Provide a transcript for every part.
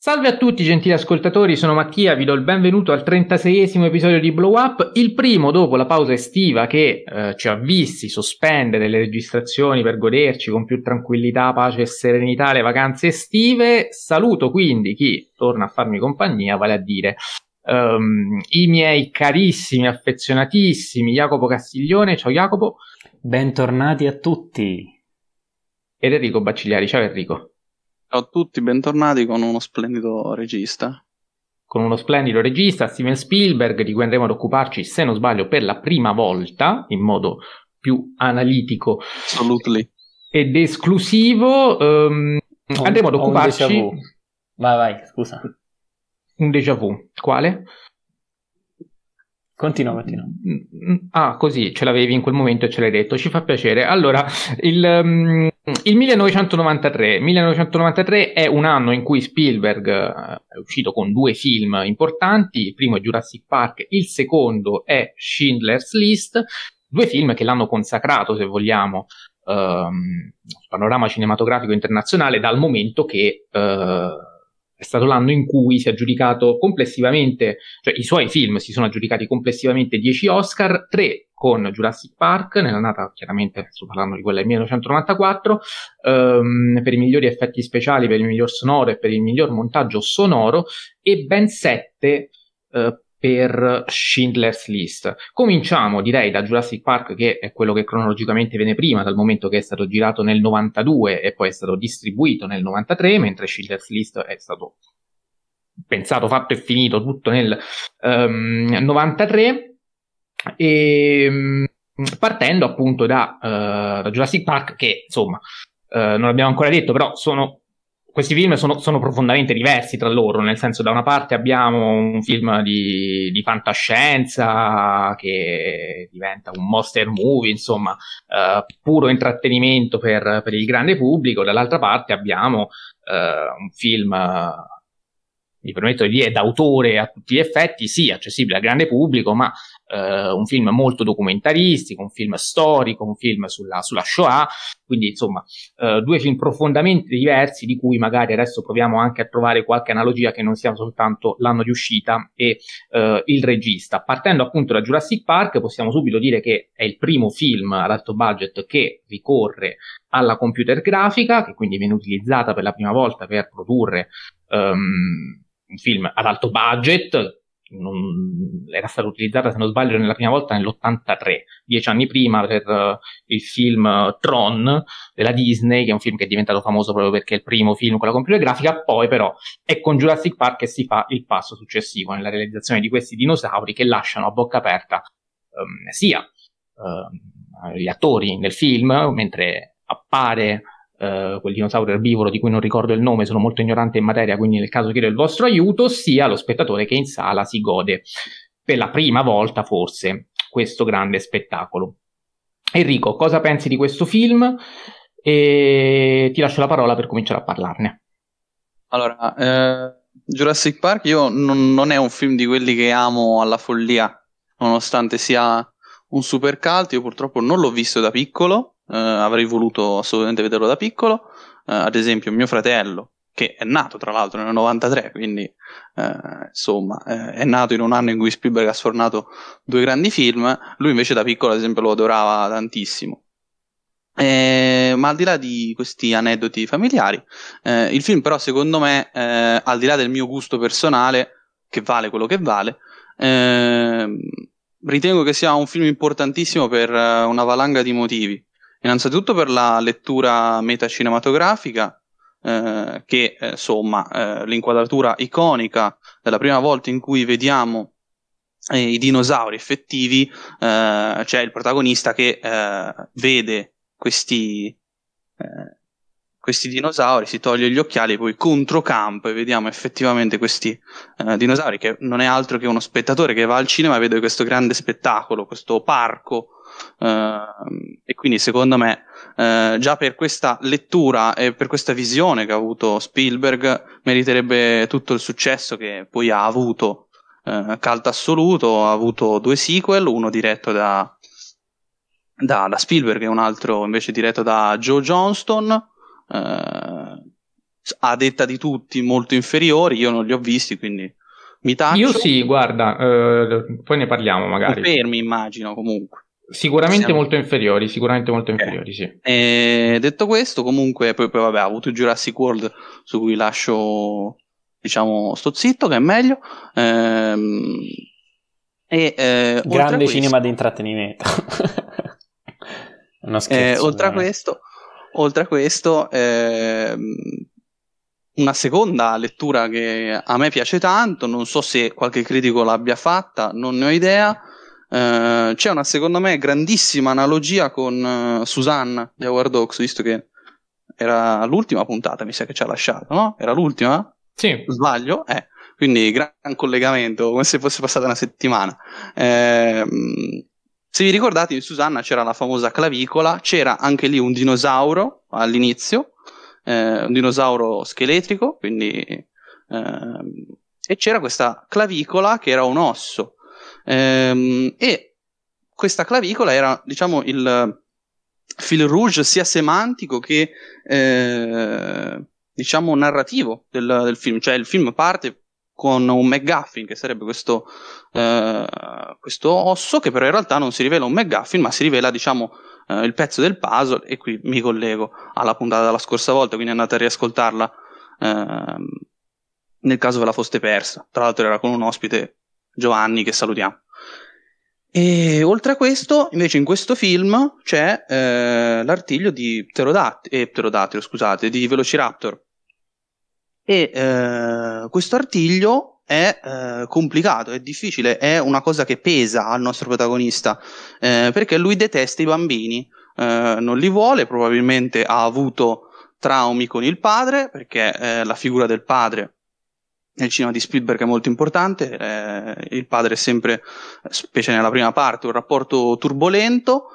Salve a tutti gentili ascoltatori, sono Mattia, vi do il benvenuto al 36esimo episodio di Blow Up, il primo dopo la pausa estiva che ci ha visti sospendere le registrazioni per goderci con più tranquillità, pace e serenità le vacanze estive. Saluto quindi chi torna a farmi compagnia, vale a dire i miei carissimi, affezionatissimi Jacopo Castiglione. Ciao Jacopo. Bentornati a tutti. Ed Enrico Baccigliari. Ciao Enrico. Ciao a tutti, bentornati con uno splendido regista. Con uno splendido regista, Steven Spielberg, di cui andremo ad occuparci, se non sbaglio, per la prima volta, in modo più analitico ed esclusivo. Andremo ad occuparci... Un déjà vu. Vai, scusa. Un déjà vu. Quale? Continua. Ah, così, ce l'avevi in quel momento e ce l'hai detto, ci fa piacere. Allora, il 1993 è un anno in cui Spielberg è uscito con due film importanti. Il primo è Jurassic Park, il secondo è Schindler's List, due film che l'hanno consacrato, se vogliamo, panorama cinematografico internazionale, dal momento che è stato l'anno in cui si è aggiudicato complessivamente, cioè i suoi film si sono aggiudicati complessivamente 10 Oscar, 3 con Jurassic Park, nell'annata chiaramente sto parlando di quella del 1994, per i migliori effetti speciali, per il miglior sonoro e per il miglior montaggio sonoro, e ben 7 per Schindler's List. Cominciamo, direi, da Jurassic Park, che è quello che cronologicamente viene prima, dal momento che è stato girato nel 92 e poi è stato distribuito nel 93, mentre Schindler's List è stato pensato, fatto e finito tutto nel 93. E partendo appunto da Jurassic Park, che insomma non l'abbiamo ancora detto, però questi film sono profondamente diversi tra loro, nel senso, da una parte abbiamo un film di fantascienza che diventa un monster movie, insomma, puro intrattenimento per il grande pubblico, dall'altra parte abbiamo un film, mi permetto di dire, d'autore a tutti gli effetti, sì, accessibile al grande pubblico, ma un film molto documentaristico, un film storico, un film sulla Shoah, quindi insomma due film profondamente diversi, di cui magari adesso proviamo anche a trovare qualche analogia, che non sia soltanto l'anno di uscita e il regista. Partendo appunto da Jurassic Park, possiamo subito dire che è il primo film ad alto budget che ricorre alla computer grafica, che quindi viene utilizzata per la prima volta per produrre un film ad alto budget. Era stata utilizzata, se non sbaglio, nella prima volta nell'83, 10 anni prima, per il film Tron della Disney, che è un film che è diventato famoso proprio perché è il primo film con la computer grafica. Poi però è con Jurassic Park che si fa il passo successivo nella realizzazione di questi dinosauri, che lasciano a bocca aperta sia gli attori nel film, mentre appare quel dinosauro erbivoro di cui non ricordo il nome, sono molto ignorante in materia, quindi nel caso chiedo il vostro aiuto, sia lo spettatore che in sala si gode per la prima volta forse questo grande spettacolo. Enrico, cosa pensi di questo film? E ti lascio la parola per cominciare a parlarne. Allora, Jurassic Park non è un film di quelli che amo alla follia, nonostante sia un super cult. Io purtroppo non l'ho visto da piccolo. Avrei voluto assolutamente vederlo da piccolo. Ad esempio mio fratello, che è nato tra l'altro nel 93, quindi insomma è nato in un anno in cui Spielberg ha sfornato due grandi film, lui invece da piccolo ad esempio lo adorava tantissimo. Ma al di là di questi aneddoti familiari, il film però secondo me, al di là del mio gusto personale, che vale quello che vale, ritengo che sia un film importantissimo per una valanga di motivi. Innanzitutto per la lettura metacinematografica, che insomma l'inquadratura iconica della prima volta in cui vediamo i dinosauri effettivi, c'è il protagonista che vede questi dinosauri, si toglie gli occhiali e poi controcampo e vediamo effettivamente questi dinosauri, che non è altro che uno spettatore che va al cinema e vede questo grande spettacolo, questo parco. E quindi secondo me già per questa lettura e per questa visione che ha avuto Spielberg meriterebbe tutto il successo che poi ha avuto. Cult assoluto, ha avuto 2 sequel, uno diretto da Spielberg e un altro invece diretto da Joe Johnston. a detta di tutti molto inferiori. Io non li ho visti, quindi mi taccio. Io sì, guarda, poi ne parliamo magari. Confermi, immagino, comunque. Sicuramente molto inferiori, sì. Detto questo, comunque, poi vabbè, ha avuto Jurassic World, su cui lascio, diciamo, sto zitto, che è meglio. Grande cinema di intrattenimento. Uno scherzo, oltre a questo, una seconda lettura che a me piace tanto, non so se qualche critico l'abbia fatta, non ne ho idea. C'è una, secondo me, grandissima analogia con Susanna di Howard Hawks, visto che era l'ultima puntata, mi sa che ci ha lasciato, no? Era l'ultima? Sì. Sbaglio? Quindi gran collegamento, come se fosse passata una settimana. Se vi ricordate, in Susanna c'era la famosa clavicola, c'era anche lì un dinosauro all'inizio, un dinosauro scheletrico, quindi e c'era questa clavicola che era un osso. E questa clavicola era, diciamo, il fil rouge sia semantico che diciamo narrativo del film. Cioè il film parte con un MacGuffin, che sarebbe questo osso, che però in realtà non si rivela un MacGuffin, ma si rivela, diciamo, il pezzo del puzzle. E qui mi collego alla puntata della scorsa volta, quindi andate a riascoltarla nel caso ve la foste persa. Tra l'altro era con un ospite, Giovanni, che salutiamo. E oltre a questo, invece, in questo film c'è l'artiglio di pterodattilo, scusate, di Velociraptor. E questo artiglio è complicato, è difficile, è una cosa che pesa al nostro protagonista, perché lui detesta i bambini, non li vuole, probabilmente ha avuto traumi con il padre, perché la figura del padre nel cinema di Spielberg è molto importante. Il padre è sempre, specie nella prima parte, un rapporto turbolento,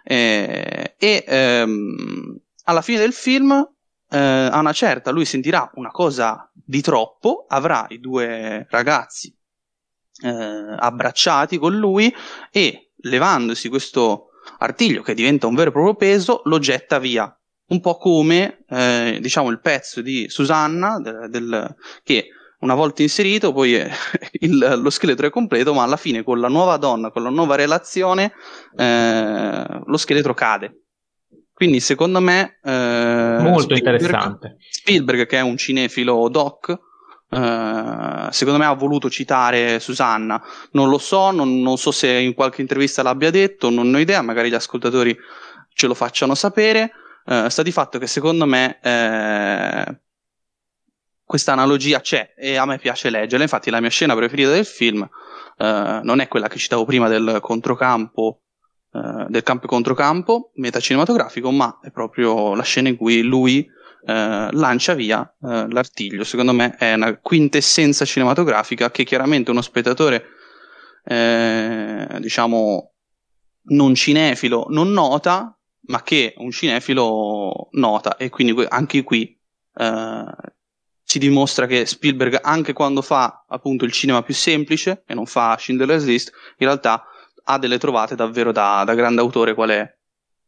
alla fine del film, a una certa, lui sentirà una cosa di troppo, avrà i due ragazzi abbracciati con lui e, levandosi questo artiglio che diventa un vero e proprio peso, lo getta via, un po' come diciamo il pezzo di Susanna che una volta inserito poi lo scheletro è completo, ma alla fine con la nuova donna, con la nuova relazione, lo scheletro cade. Quindi secondo me molto interessante. Spielberg, che è un cinefilo doc, secondo me ha voluto citare Susanna. Non lo so, non so se in qualche intervista l'abbia detto, non ho idea, magari gli ascoltatori ce lo facciano sapere. Sta di fatto che secondo me questa analogia c'è e a me piace leggerla. Infatti la mia scena preferita del film non è quella che citavo prima del controcampo, del campo controcampo metacinematografico, ma è proprio la scena in cui lui lancia via l'artiglio. Secondo me è una quintessenza cinematografica che chiaramente uno spettatore diciamo non cinefilo non nota, ma che un cinefilo nota. E quindi anche qui si dimostra che Spielberg, anche quando fa appunto il cinema più semplice e non fa Schindler's List, in realtà ha delle trovate davvero da grande autore qual è.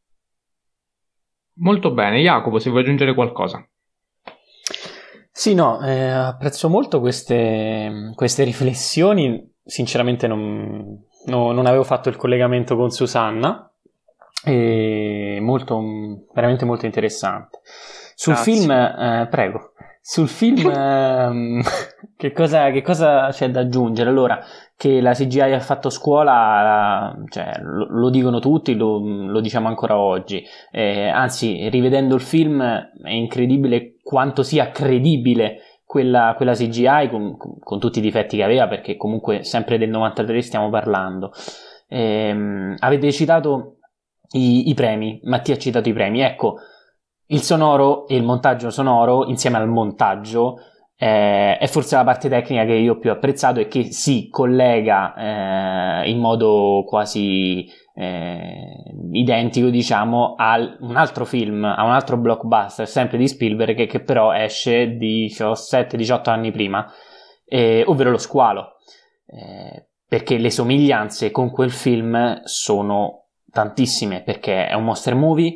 Molto bene, Jacopo, se vuoi aggiungere qualcosa. Sì, no, apprezzo molto queste riflessioni. Sinceramente non avevo fatto il collegamento con Susanna, e veramente molto interessante. Sul Grazie. Film, prego. Sul film che cosa c'è da aggiungere? Allora, che la CGI ha fatto scuola, cioè, lo dicono tutti, lo diciamo ancora oggi. Anzi, rivedendo il film è incredibile quanto sia credibile quella CGI con tutti i difetti che aveva, perché comunque sempre del 93 stiamo parlando. Avete citato i premi, Mattia ha citato i premi, ecco. Il sonoro e il montaggio sonoro, insieme al montaggio, è forse la parte tecnica che io ho più apprezzato e che si collega in modo quasi identico, diciamo, a un altro film, a un altro blockbuster, sempre di Spielberg, che però esce 17-18 anni prima, ovvero Lo Squalo, perché le somiglianze con quel film sono tantissime, perché è un monster movie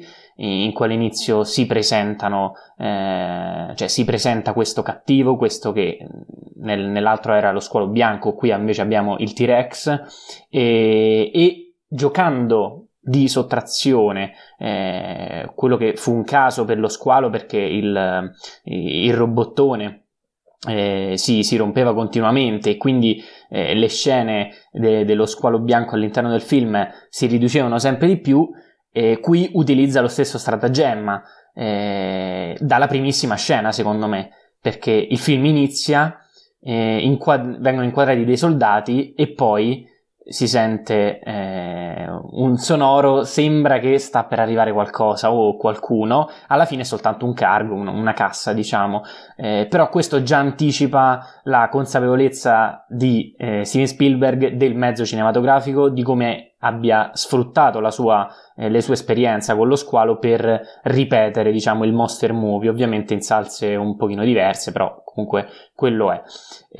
in quale inizio si presentano, cioè si presenta questo cattivo, questo che nell'altro era lo squalo bianco, qui invece abbiamo il T-Rex, e giocando di sottrazione, quello che fu un caso per lo squalo perché il robottone si rompeva continuamente e quindi le scene dello squalo bianco all'interno del film si riducevano sempre di più. Qui utilizza lo stesso stratagemma dalla primissima scena, secondo me, perché il film inizia, vengono inquadrati dei soldati e poi si sente un sonoro, sembra che sta per arrivare qualcosa o qualcuno, alla fine è soltanto un cargo, una cassa, diciamo, però questo già anticipa la consapevolezza di Steven Spielberg del mezzo cinematografico, di come abbia sfruttato le sue esperienze con lo squalo per ripetere, diciamo, il monster movie, ovviamente in salse un pochino diverse, però comunque quello è.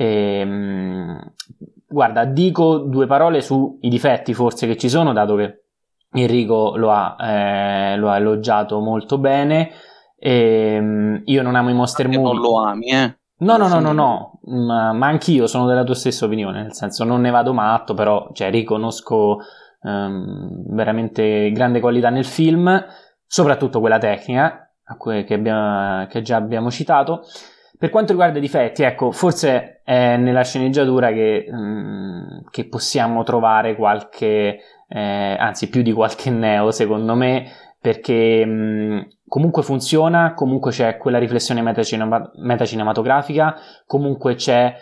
Guarda, dico due parole sui difetti forse che ci sono, dato che Enrico lo ha elogiato molto bene. Io non amo i monster movie. Non lo ami, No, ma anch'io sono della tua stessa opinione, nel senso non ne vado matto, però cioè, riconosco veramente grande qualità nel film, soprattutto quella tecnica che già abbiamo citato. Per quanto riguarda i difetti, ecco, forse è nella sceneggiatura che possiamo trovare qualche, anzi più di qualche neo, secondo me, perché comunque funziona, comunque c'è quella riflessione metacinematografica, comunque c'è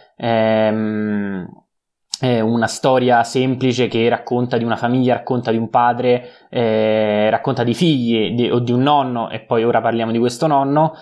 una storia semplice che racconta di una famiglia, racconta di un padre, racconta di figli o di un nonno, e poi ora parliamo di questo nonno.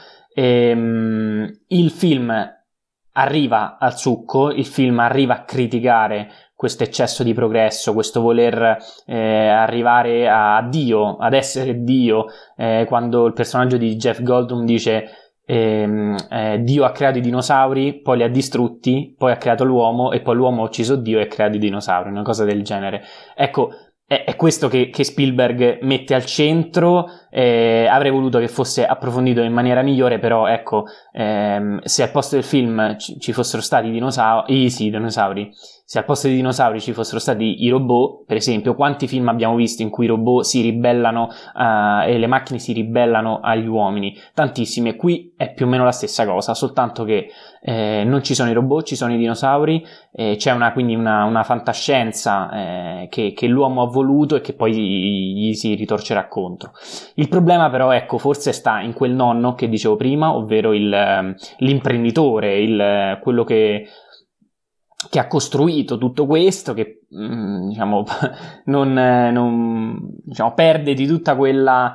Il film arriva al succo, il film arriva a criticare questo eccesso di progresso, questo voler arrivare a Dio, ad essere Dio, quando il personaggio di Jeff Goldblum dice Dio ha creato i dinosauri, poi li ha distrutti, poi ha creato l'uomo e poi l'uomo ha ucciso Dio e ha creato i dinosauri, una cosa del genere. Ecco, è questo che Spielberg mette al centro. Avrei voluto che fosse approfondito in maniera migliore, però ecco, se al posto del film ci fossero stati i dinosauri, se al posto dei dinosauri ci fossero stati i robot, per esempio, quanti film abbiamo visto in cui i robot si ribellano e le macchine si ribellano agli uomini? Tantissimi. Qui è più o meno la stessa cosa, soltanto che non ci sono i robot, ci sono i dinosauri, c'è quindi una fantascienza che l'uomo ha voluto e che poi gli si ritorcerà contro. Il problema però, ecco, forse sta in quel nonno che dicevo prima, ovvero l'imprenditore, quello che ha costruito tutto questo, che diciamo diciamo, perde di tutta quella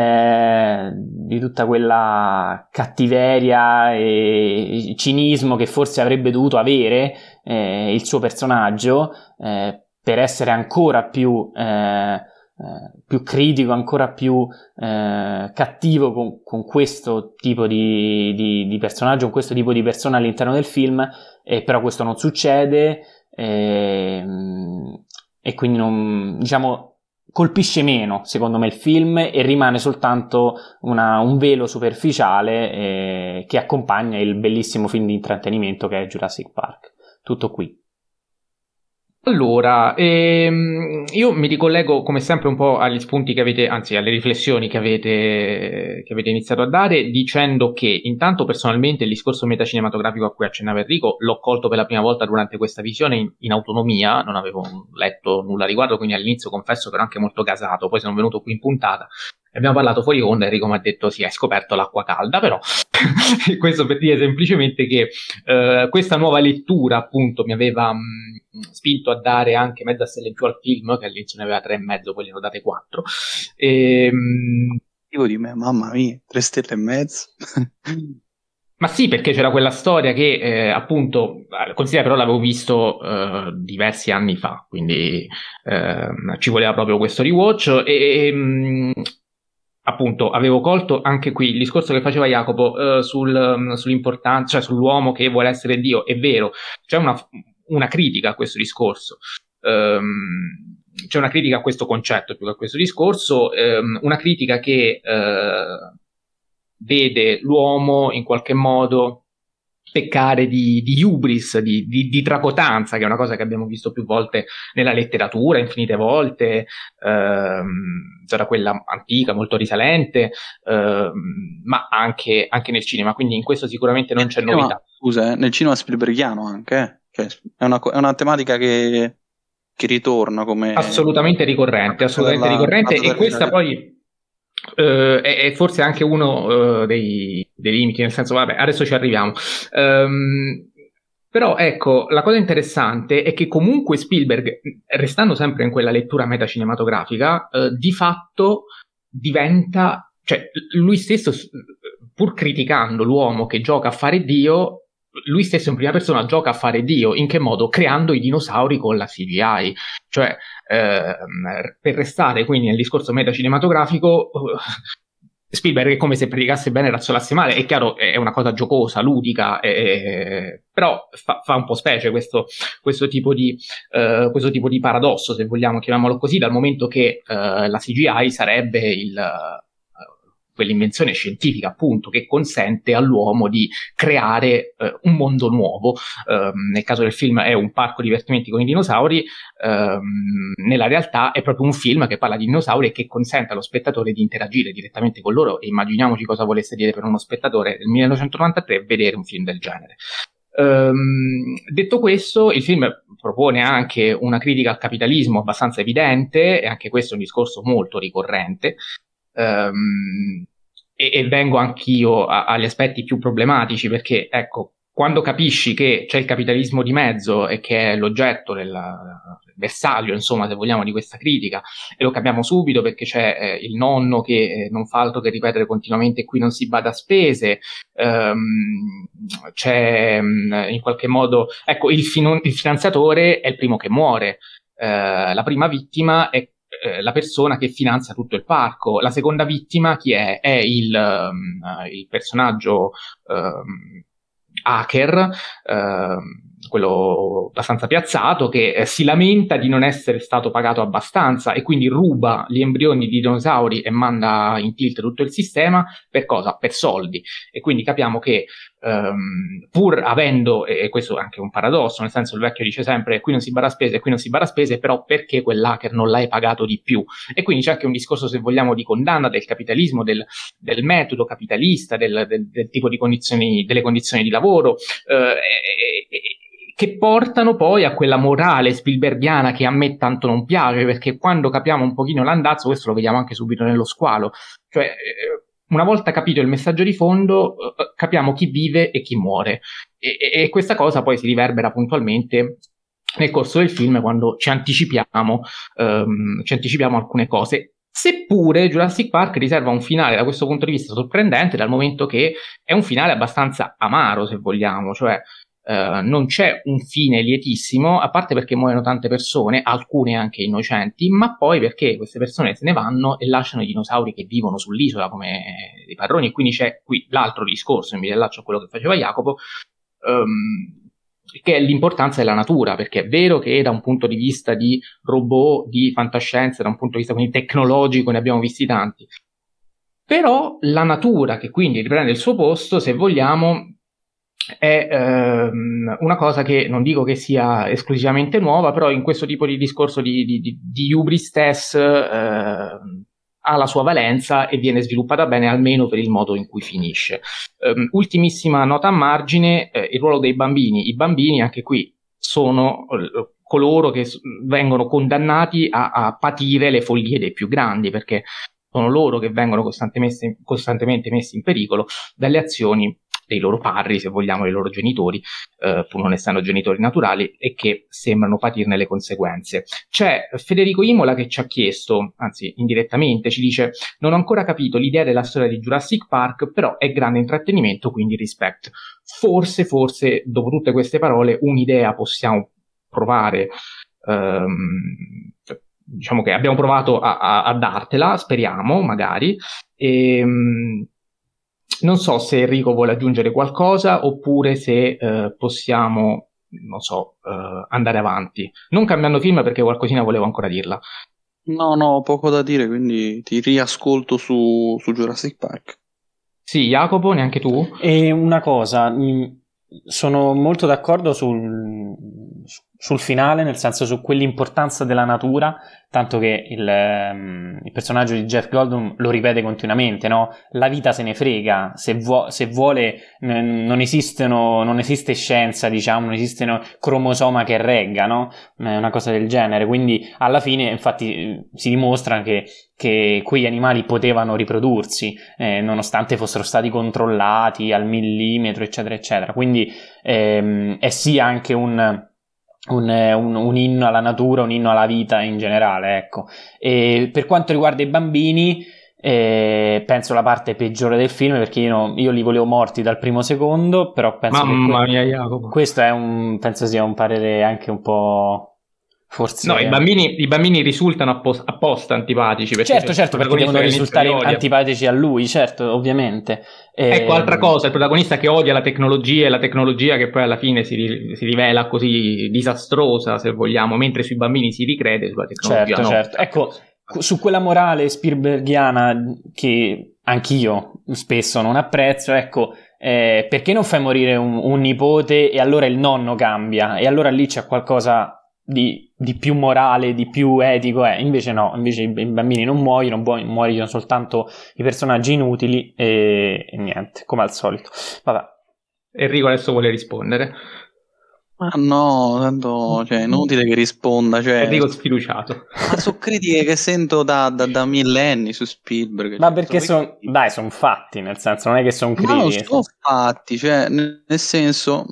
cattiveria e cinismo che forse avrebbe dovuto avere il suo personaggio, per essere ancora più critico, ancora più cattivo con questo tipo di personaggio, con questo tipo di persona all'interno del film, però questo non succede, e quindi diciamo, colpisce meno secondo me il film e rimane soltanto un velo superficiale che accompagna il bellissimo film di intrattenimento che è Jurassic Park. Tutto qui. Allora, io mi ricollego come sempre un po' agli spunti che avete, anzi alle riflessioni che avete iniziato a dare, dicendo che intanto personalmente il discorso metacinematografico a cui accennava Enrico l'ho colto per la prima volta durante questa visione in autonomia, non avevo letto nulla a riguardo, quindi all'inizio confesso che ero anche molto gasato, poi sono venuto qui in puntata. Abbiamo parlato fuori onda, Enrico mi ha detto sì, hai scoperto l'acqua calda, però questo per dire semplicemente che questa nuova lettura appunto mi aveva spinto a dare anche mezza stella in più al film, che all'inizio ne aveva 3,5, poi ne ho date 4. Dico di me, mamma mia, 3 stelle e mezzo. Ma sì, perché c'era quella storia che appunto, considera però l'avevo visto diversi anni fa, quindi ci voleva proprio questo rewatch appunto avevo colto anche qui il discorso che faceva Jacopo sull'importanza, cioè sull'uomo che vuole essere Dio. È vero, c'è una critica a questo discorso, c'è una critica a questo concetto più che a questo discorso, una critica che vede l'uomo in qualche modo peccare di hubris, di tracotanza, che è una cosa che abbiamo visto più volte nella letteratura, infinite volte, da quella antica, molto risalente, ma anche nel cinema, quindi in questo sicuramente non c'è novità. Scusa, nel cinema spielberghiano anche, cioè, è una tematica che ritorna come... Assolutamente ricorrente, e questa poi... è forse anche uno dei limiti, nel senso, vabbè, adesso ci arriviamo. Però ecco, la cosa interessante è che comunque Spielberg, restando sempre in quella lettura metacinematografica, di fatto diventa, cioè lui stesso, pur criticando l'uomo che gioca a fare Dio, lui stesso in prima persona gioca a fare Dio. In che modo? Creando i dinosauri con la CGI. Cioè, per restare quindi nel discorso metacinematografico, Spielberg è come se predicasse bene e razzolasse male. È chiaro, è una cosa giocosa, ludica, però fa un po' specie questo tipo di paradosso, se vogliamo chiamarlo così, dal momento che la CGI sarebbe quell'invenzione scientifica, appunto, che consente all'uomo di creare un mondo nuovo. Nel caso del film è un parco divertimenti con i dinosauri, nella realtà è proprio un film che parla di dinosauri e che consente allo spettatore di interagire direttamente con loro. E immaginiamoci cosa volesse dire per uno spettatore del 1993 vedere un film del genere. Detto questo, il film propone anche una critica al capitalismo abbastanza evidente, e anche questo è un discorso molto ricorrente. E vengo anch'io agli aspetti più problematici, perché ecco, quando capisci che c'è il capitalismo di mezzo e che è l'oggetto del bersaglio, insomma, se vogliamo, di questa critica, e lo capiamo subito perché c'è il nonno che non fa altro che ripetere continuamente qui non si bada a spese, c'è in qualche modo, ecco, il finanziatore è il primo che muore, la prima vittima è la persona che finanzia tutto il parco. La seconda vittima chi è? È il personaggio hacker, quello abbastanza piazzato, che si lamenta di non essere stato pagato abbastanza e quindi ruba gli embrioni di dinosauri e manda in tilt tutto il sistema. Per cosa? Per soldi. E quindi capiamo che pur avendo, e questo è anche un paradosso, nel senso, il vecchio dice sempre qui non si bada a spese, qui non si bada a spese, però perché quell'hacker non l'hai pagato di più? E quindi c'è anche un discorso, se vogliamo, di condanna del capitalismo, del metodo capitalista, del tipo di condizioni, delle condizioni di lavoro, che portano poi a quella morale spielbergiana che a me tanto non piace, perché quando capiamo un pochino l'andazzo, questo lo vediamo anche subito nello squalo, cioè una volta capito il messaggio di fondo, capiamo chi vive e chi muore, e questa cosa poi si riverbera puntualmente nel corso del film, quando ci anticipiamo alcune cose. Seppure Jurassic Park riserva un finale da questo punto di vista sorprendente, dal momento che è un finale abbastanza amaro, se vogliamo, cioè non c'è un fine lietissimo, a parte perché muoiono tante persone, alcune anche innocenti, ma poi perché queste persone se ne vanno e lasciano i dinosauri che vivono sull'isola come dei padroni. E quindi c'è qui l'altro discorso, in rilaccio a quello che faceva Jacopo, che è l'importanza della natura, perché è vero che da un punto di vista di robot, di fantascienza, da un punto di vista quindi tecnologico ne abbiamo visti tanti, però la natura, che quindi riprende il suo posto, se vogliamo, è una cosa che non dico che sia esclusivamente nuova, però in questo tipo di discorso di hubris ha la sua valenza e viene sviluppata bene, almeno per il modo in cui finisce. Ultimissima nota a margine, il ruolo dei bambini. I bambini anche qui sono coloro che vengono condannati a patire le follie dei più grandi, perché sono loro che vengono costantemente messi in pericolo dalle azioni dei loro padri, se vogliamo, dei loro genitori, pur non essendo genitori naturali, e che sembrano patirne le conseguenze. C'è Federico Imola che ci ha chiesto, anzi indirettamente ci dice: non ho ancora capito l'idea della storia di Jurassic Park, però è grande intrattenimento, quindi rispetto. Forse, dopo tutte queste parole, un'idea possiamo provare, diciamo che abbiamo provato a dartela, speriamo, magari, non so se Enrico vuole aggiungere qualcosa, oppure se possiamo non so, andare avanti. Non cambiando film perché qualcosina volevo ancora dirla. No, ho poco da dire, quindi ti riascolto su Jurassic Park. Sì, Jacopo, neanche tu? E una cosa, sono molto d'accordo sul finale, nel senso su quell'importanza della natura, tanto che il personaggio di Jeff Goldblum lo ripete continuamente, no? La vita se ne frega, se vuole non esiste scienza, diciamo, non esiste cromosoma che regga, no? Una cosa del genere, quindi alla fine infatti si dimostra che quegli animali potevano riprodursi nonostante fossero stati controllati al millimetro, eccetera eccetera, quindi è sì anche un inno alla natura, un inno alla vita in generale, ecco. E per quanto riguarda i bambini, penso la parte peggiore del film, perché io li volevo morti dal primo secondo, però penso Mamma mia, Jacopo. questo penso sia un parere anche un po'... Forse... No, i bambini risultano apposta antipatici. Certo, perché devono risultare antipatici a lui, certo, ovviamente. Ecco, altra cosa, il protagonista che odia la tecnologia, e la tecnologia che poi alla fine si rivela così disastrosa, se vogliamo, mentre sui bambini si ricrede, sulla tecnologia no. Certo. Ecco, su quella morale Spielbergiana che anch'io spesso non apprezzo, ecco, perché non fai morire un nipote e allora il nonno cambia, e allora lì c'è qualcosa di più morale, di più etico, invece no, invece i bambini non muoiono soltanto i personaggi inutili e niente, come al solito. Vabbè. Enrico adesso vuole rispondere. Ma no, tanto, cioè, è inutile che risponda, cioè... Enrico sfiduciato. Ma sono critiche che sento da millenni su Spielberg. Ma perché sono fatti, nel senso, non è che sono critiche. Ma non sono fatti, cioè, nel senso...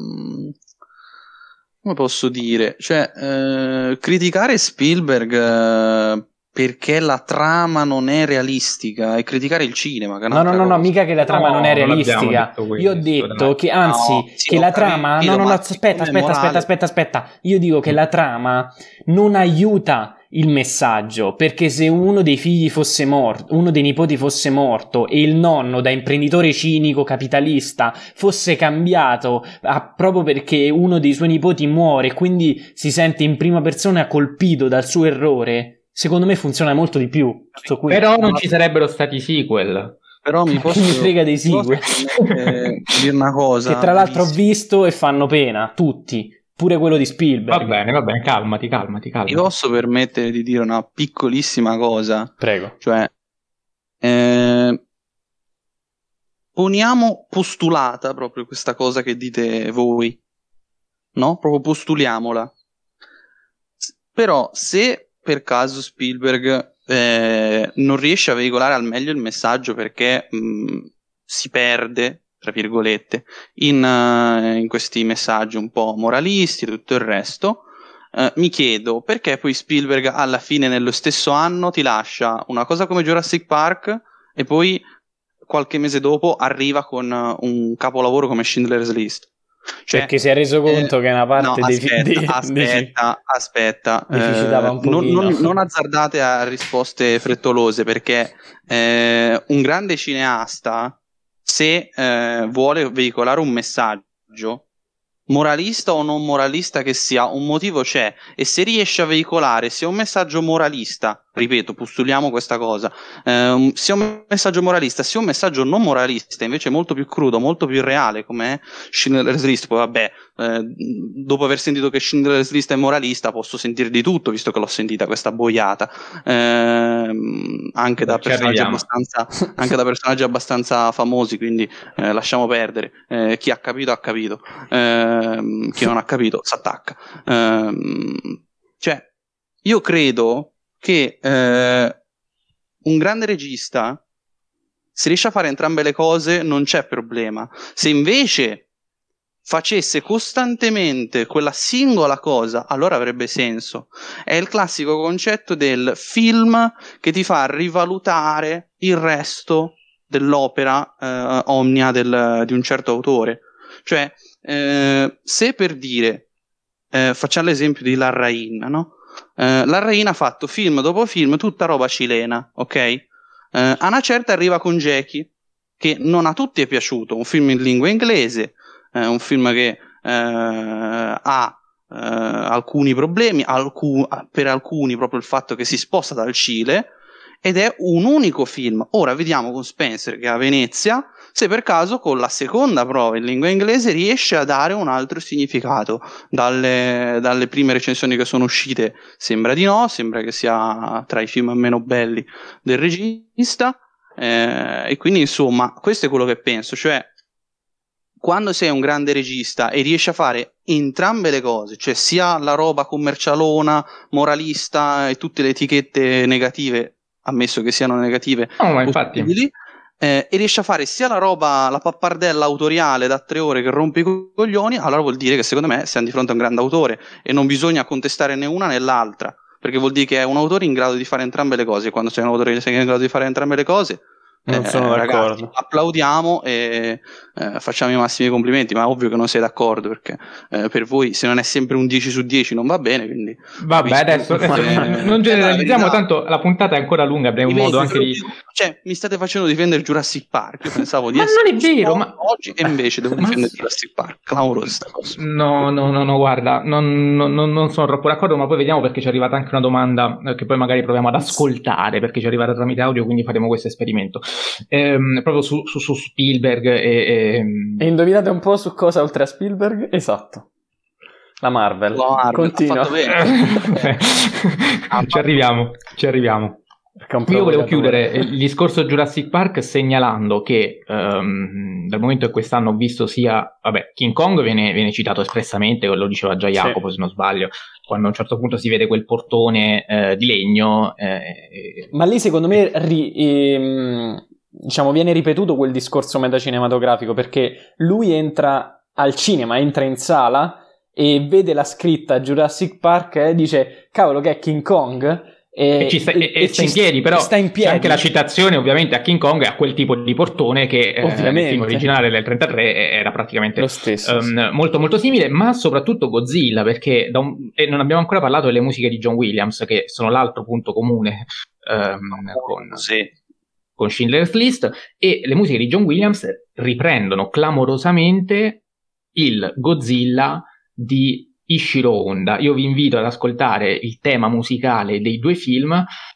come posso dire? Cioè, criticare Spielberg perché la trama non è realistica e criticare il cinema. Che no, mica che la trama non è realistica. Io ho detto che, anzi, che la trama... No, aspetta. Io dico che la trama non aiuta il messaggio, perché se uno dei figli fosse morto, uno dei nipoti fosse morto e il nonno da imprenditore cinico capitalista fosse cambiato proprio perché uno dei suoi nipoti muore e quindi si sente in prima persona colpito dal suo errore, secondo me funziona molto di più. Tutto qui. Però non ci sarebbero stati sequel. Però mi frega dei sequel? Dire una cosa che tra l'altro ho visto e fanno pena tutti. Pure quello di Spielberg. Va bene, calmati. Mi posso permettere di dire una piccolissima cosa? Prego. Cioè, poniamo postulata proprio questa cosa che dite voi, no? Proprio postuliamola. Però se per caso Spielberg non riesce a veicolare al meglio il messaggio perché si perde, tra virgolette, in questi messaggi un po' moralisti e tutto il resto, mi chiedo perché poi Spielberg alla fine nello stesso anno ti lascia una cosa come Jurassic Park e poi qualche mese dopo arriva con un capolavoro come Schindler's List. Cioè, perché si è reso conto che una parte aspetta, non azzardate a risposte frettolose, perché un grande cineasta, se vuole veicolare un messaggio, moralista o non moralista che sia, un motivo c'è, e se riesce a veicolare sia un messaggio moralista, ripeto, postuliamo questa cosa, sia un messaggio moralista sia un messaggio non moralista, invece molto più crudo, molto più reale, come Schindler's List, poi vabbè, dopo aver sentito che Schindler's List è moralista posso sentire di tutto, visto che l'ho sentita questa boiata, anche da personaggi abbastanza famosi, quindi lasciamo perdere, chi ha capito ha capito, chi non ha capito s'attacca. Cioè, io credo che un grande regista, se riesce a fare entrambe le cose non c'è problema. Se invece facesse costantemente quella singola cosa, allora avrebbe senso. È il classico concetto del film che ti fa rivalutare il resto dell'opera omnia di un certo autore. Cioè, se per dire, facciamo l'esempio di Larraín, no? Larraín ha fatto film dopo film tutta roba cilena, ok? A una certa arriva con Jackie, che non a tutti è piaciuto, un film in lingua inglese, un film che ha alcuni problemi, per alcuni proprio il fatto che si sposta dal Cile, ed è un unico film. Ora vediamo con Spencer, che è a Venezia, se per caso con la seconda prova in lingua inglese riesce a dare un altro significato. Dalle prime recensioni che sono uscite sembra di no, sembra che sia tra i film meno belli del regista, e quindi insomma questo è quello che penso, cioè quando sei un grande regista e riesci a fare entrambe le cose, cioè sia la roba commercialona, moralista e tutte le etichette negative, ammesso che siano negative, ma infatti. E riesci a fare sia la roba, la pappardella autoriale da 3 ore che rompe i coglioni, allora vuol dire che secondo me siamo di fronte a un grande autore e non bisogna contestare né una né l'altra, perché vuol dire che è un autore in grado di fare entrambe le cose. Quando sei un autore che è in grado di fare entrambe le cose, non sono d'accordo. Ragazzi, applaudiamo e facciamo i massimi complimenti, ma ovvio che non sei d'accordo, perché per voi se non è sempre un 10 su 10 non va bene, quindi vabbè, adesso non generalizziamo, tanto la puntata è ancora lunga, abbiamo un modo anche di... Cioè, mi state facendo difendere Jurassic Park, io pensavo di ma essere non è vero, ma oggi, e invece devo difendere Jurassic Park. Clamorosa sta cosa. No, guarda, non sono troppo d'accordo, ma poi vediamo, perché ci è arrivata anche una domanda che poi magari proviamo ad ascoltare, perché ci è arrivata tramite audio, quindi faremo questo esperimento. Proprio su Spielberg e indovinate un po' su cosa oltre a Spielberg? Esatto, la Marvel. Continua. Ci arriviamo. Io volevo chiudere il discorso Jurassic Park segnalando che dal momento che quest'anno ho visto sia King Kong viene citato espressamente, lo diceva già Jacopo, se non sbaglio, quando a un certo punto si vede quel portone di legno, ma lì secondo me diciamo viene ripetuto quel discorso metacinematografico, perché lui entra al cinema, entra in sala e vede la scritta Jurassic Park e dice cavolo che è King Kong, e sta in piedi, però sta in piedi. C'è anche la citazione ovviamente a King Kong e a quel tipo di portone che nel film originale del 33 era praticamente lo stesso, molto molto simile, ma soprattutto Godzilla, perché e non abbiamo ancora parlato delle musiche di John Williams, che sono l'altro punto comune con Schindler's List, e le musiche di John Williams riprendono clamorosamente il Godzilla di Ishiro Honda. Io vi invito ad ascoltare il tema musicale dei due film,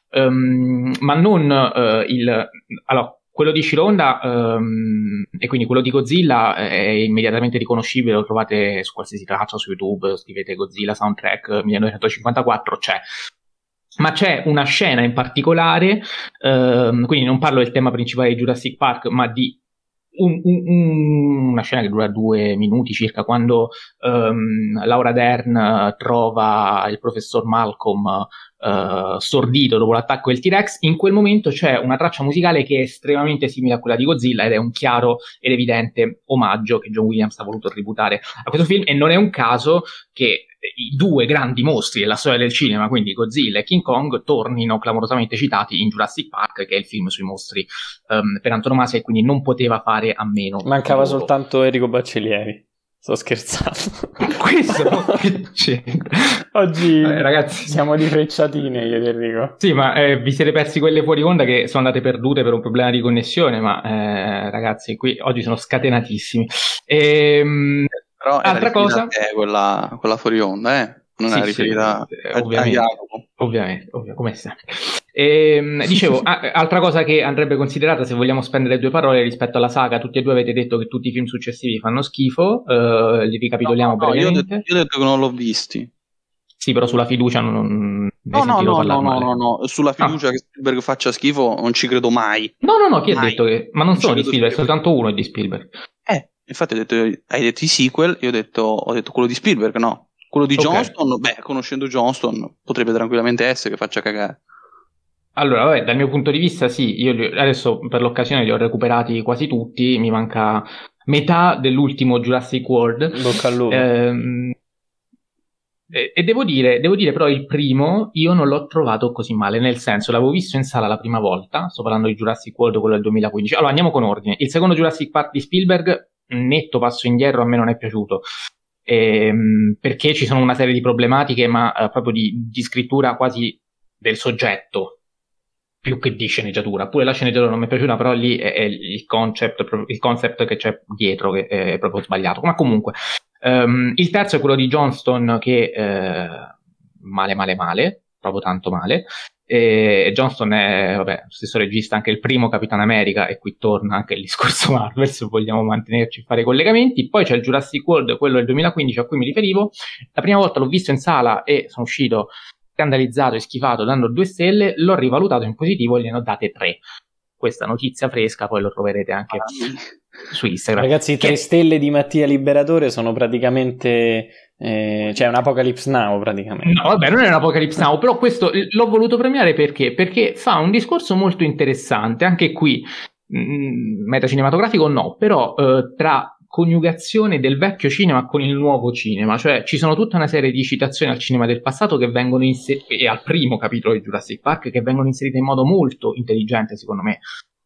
ma non allora, quello di Ishiro Honda e quindi quello di Godzilla è immediatamente riconoscibile, lo trovate su qualsiasi traccia su YouTube, scrivete Godzilla soundtrack 1954, ma c'è una scena in particolare, quindi non parlo del tema principale di Jurassic Park, ma di una scena che dura 2 minuti circa, quando Laura Dern trova il professor Malcolm stordito dopo l'attacco del T-Rex. In quel momento c'è una traccia musicale che è estremamente simile a quella di Godzilla ed è un chiaro ed evidente omaggio che John Williams ha voluto tributare a questo film, e non è un caso che i due grandi mostri della storia del cinema, quindi Godzilla e King Kong, tornino clamorosamente citati in Jurassic Park, che è il film sui mostri per antonomasia, e quindi non poteva fare a meno. Mancava soltanto Enrico Baccellieri. Sto scherzando. Questo oggi ragazzi, siamo di frecciatine io ed Enrico. Sì, ma vi siete persi quelle fuori onda che sono andate perdute per un problema di connessione, ma ragazzi, qui oggi sono scatenatissimi. Però altra cosa è quella fuori onda, non è riferita a Jacopo. Ovviamente, come sempre. Dicevo, altra cosa che andrebbe considerata se vogliamo spendere 2 parole rispetto alla saga: tutti e due avete detto che tutti i film successivi fanno schifo, li ricapitoliamo brevemente. Io ho detto che non l'ho visti. Sì, però sulla fiducia non no, sulla fiducia che Spielberg faccia schifo non ci credo mai. No, chi ha detto che... Ma non sono di Spielberg, soltanto uno è di Spielberg. Infatti hai detto i sequel, io ho detto quello di Spielberg, no? Quello di Johnston, conoscendo Johnston, potrebbe tranquillamente essere che faccia cagare. Allora, dal mio punto di vista sì, io adesso per l'occasione li ho recuperati quasi tutti, mi manca metà dell'ultimo Jurassic World. Bocca al lupo. E devo dire però il primo io non l'ho trovato così male, nel senso, l'avevo visto in sala la prima volta, sto parlando di Jurassic World, quello del 2015. Allora andiamo con ordine. Il secondo Jurassic Park di Spielberg, netto passo indietro, a me non è piaciuto, perché ci sono una serie di problematiche, ma proprio di scrittura quasi del soggetto più che di sceneggiatura. Pure la sceneggiatura non mi è piaciuta, però lì è il concept che c'è dietro che è proprio sbagliato. Ma comunque Il terzo è quello di Johnston, che male, proprio tanto male. E Johnston è, vabbè, stesso regista anche il primo Capitan America, e qui torna anche il discorso Marvel, se vogliamo mantenerci a fare collegamenti. Poi c'è il Jurassic World, quello del 2015 a cui mi riferivo. La prima volta l'ho visto in sala e sono uscito scandalizzato e schifato, dando 2 stelle. L'ho rivalutato in positivo e gliene ho date 3. Questa notizia fresca poi lo troverete anche su Instagram. Ragazzi, 3 stelle di Mattia Liberatore sono praticamente cioè un Apocalypse Now praticamente. No, vabbè, non è un Apocalypse Now, però questo l'ho voluto premiare perché fa un discorso molto interessante, anche qui metacinematografico no, però tra coniugazione del vecchio cinema con il nuovo cinema, cioè ci sono tutta una serie di citazioni al cinema del passato che vengono inserite, e al primo capitolo di Jurassic Park, che vengono inserite in modo molto intelligente, secondo me,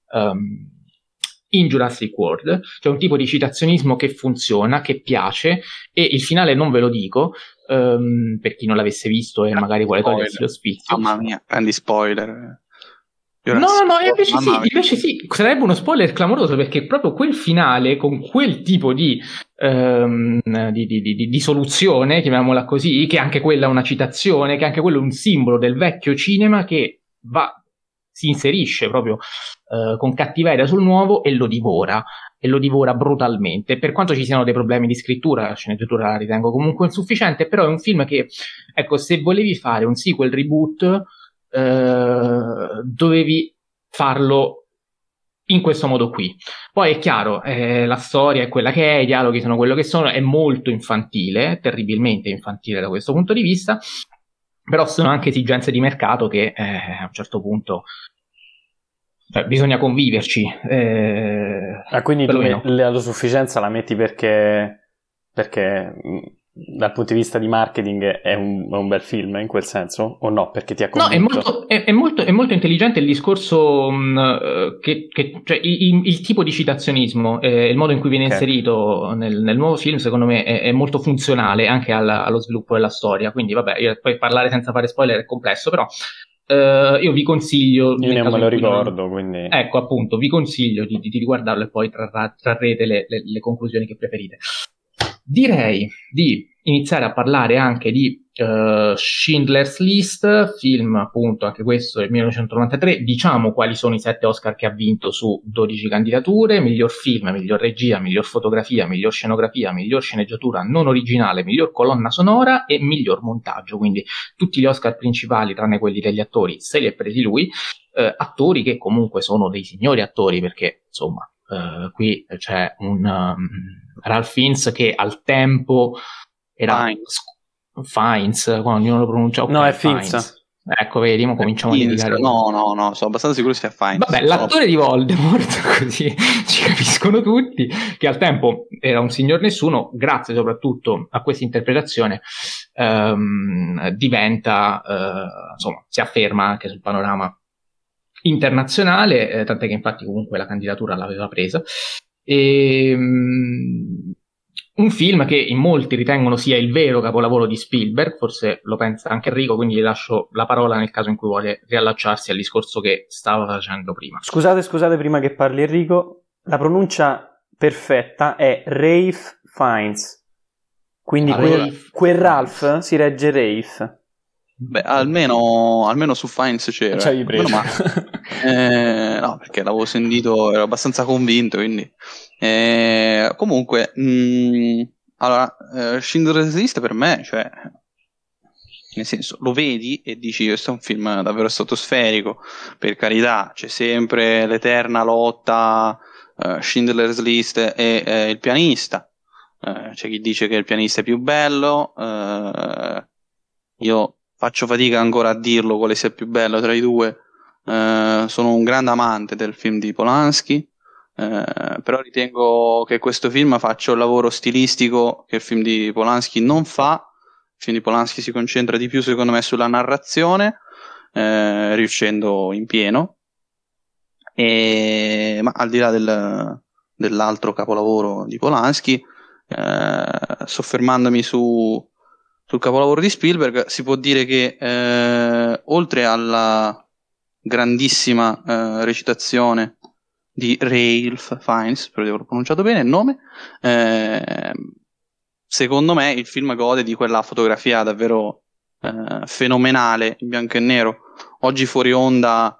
in Jurassic World. C'è un tipo di citazionismo che funziona, che piace, e il finale non ve lo dico, per chi non l'avesse visto e magari vuole togliersi lo spizio. Mamma mia, grandi spoiler. No, invece sì, sarebbe uno spoiler clamoroso, perché proprio quel finale, con quel tipo di soluzione, chiamiamola così, che anche quella è una citazione, che anche quello è un simbolo del vecchio cinema che si inserisce proprio con cattiveria sul nuovo e lo divora brutalmente. Per quanto ci siano dei problemi di scrittura, la sceneggiatura la ritengo comunque insufficiente, però è un film che, ecco, se volevi fare un sequel reboot, dovevi farlo in questo modo qui. Poi è chiaro, la storia è quella che è, i dialoghi sono quello che sono, è molto infantile, terribilmente infantile da questo punto di vista, però sono anche esigenze di mercato che a un certo punto bisogna conviverci. Quindi tu l'autosufficienza la metti perché dal punto di vista di marketing è un bel film in quel senso, o no? Perché ti ha convinto? No, è molto intelligente il discorso, cioè il tipo di citazionismo, il modo in cui viene inserito nel nuovo film, secondo me è molto funzionale anche allo sviluppo della storia. Quindi vabbè, poi parlare senza fare spoiler è complesso, però io vi consiglio, io non me lo ricordo, quindi ecco, appunto, vi consiglio di riguardarlo e poi trarrete le conclusioni che preferite. Direi di iniziare a parlare anche di Schindler's List, film appunto anche questo del 1993. Diciamo quali sono i 7 Oscar che ha vinto su 12 candidature: miglior film, miglior regia, miglior fotografia, miglior scenografia, miglior sceneggiatura non originale, miglior colonna sonora e miglior montaggio. Quindi tutti gli Oscar principali, tranne quelli degli attori, se li ha presi lui. Attori che comunque sono dei signori attori, perché insomma qui c'è un Ralph Fiennes che al tempo era Fiennes, quando ognuno lo pronuncia, okay, no, è Fiennes. Ecco, vedi, cominciamo a dedicare. No, sono abbastanza sicuro sia Fiennes. Vabbè, l'attore di Voldemort, così ci capiscono tutti, che al tempo era un signor nessuno, grazie soprattutto a questa interpretazione diventa, insomma, si afferma anche sul panorama internazionale, tant'è che infatti comunque la candidatura l'aveva presa. Un film che in molti ritengono sia il vero capolavoro di Spielberg, forse lo pensa anche Enrico, quindi gli lascio la parola nel caso in cui vuole riallacciarsi al discorso che stava facendo prima. Scusate, prima che parli Enrico, la pronuncia perfetta è Ralph Fiennes, quindi quel Ralph si regge Ralph. Beh, almeno su Fiennes c'era. Ci avevi preso. No, perché l'avevo sentito, ero abbastanza convinto, quindi comunque allora Schindler's List per me, cioè, nel senso, lo vedi e dici questo è un film davvero stratosferico, per carità, c'è sempre l'eterna lotta Schindler's List e il pianista, c'è chi dice che il pianista è più bello, io faccio fatica ancora a dirlo quale sia più bello tra i due. Sono un grande amante del film di Polanski, però ritengo che questo film faccia un lavoro stilistico che il film di Polanski non fa. Il film di Polanski si concentra di più, secondo me, sulla narrazione, riuscendo in pieno. Ma al di là dell'altro capolavoro di Polanski, soffermandomi sul capolavoro di Spielberg, si può dire che oltre alla grandissima recitazione di Ralph Fiennes, spero di averlo pronunciato bene il nome, secondo me il film gode di quella fotografia davvero fenomenale in bianco e nero. Oggi fuori onda,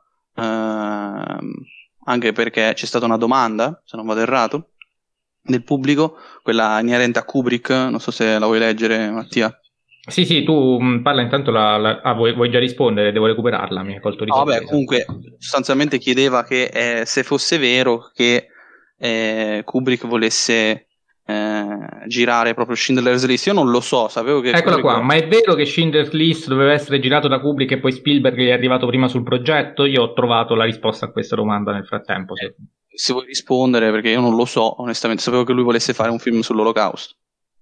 anche perché c'è stata una domanda, se non vado errato, del pubblico, quella inerente a Kubrick, non so se la vuoi leggere, Mattia. Sì, tu parla intanto vuoi già rispondere, devo recuperarla, mi hai colto di sorpresa. Vabbè, comunque sostanzialmente chiedeva che se fosse vero che Kubrick volesse girare proprio Schindler's List. Io non lo so, sapevo che... Eccola Kubrick... qua, ma è vero che Schindler's List doveva essere girato da Kubrick e poi Spielberg gli è arrivato prima sul progetto? Io ho trovato la risposta a questa domanda nel frattempo. Se vuoi rispondere, perché io non lo so, onestamente, sapevo che lui volesse fare un film sull'Olocausto.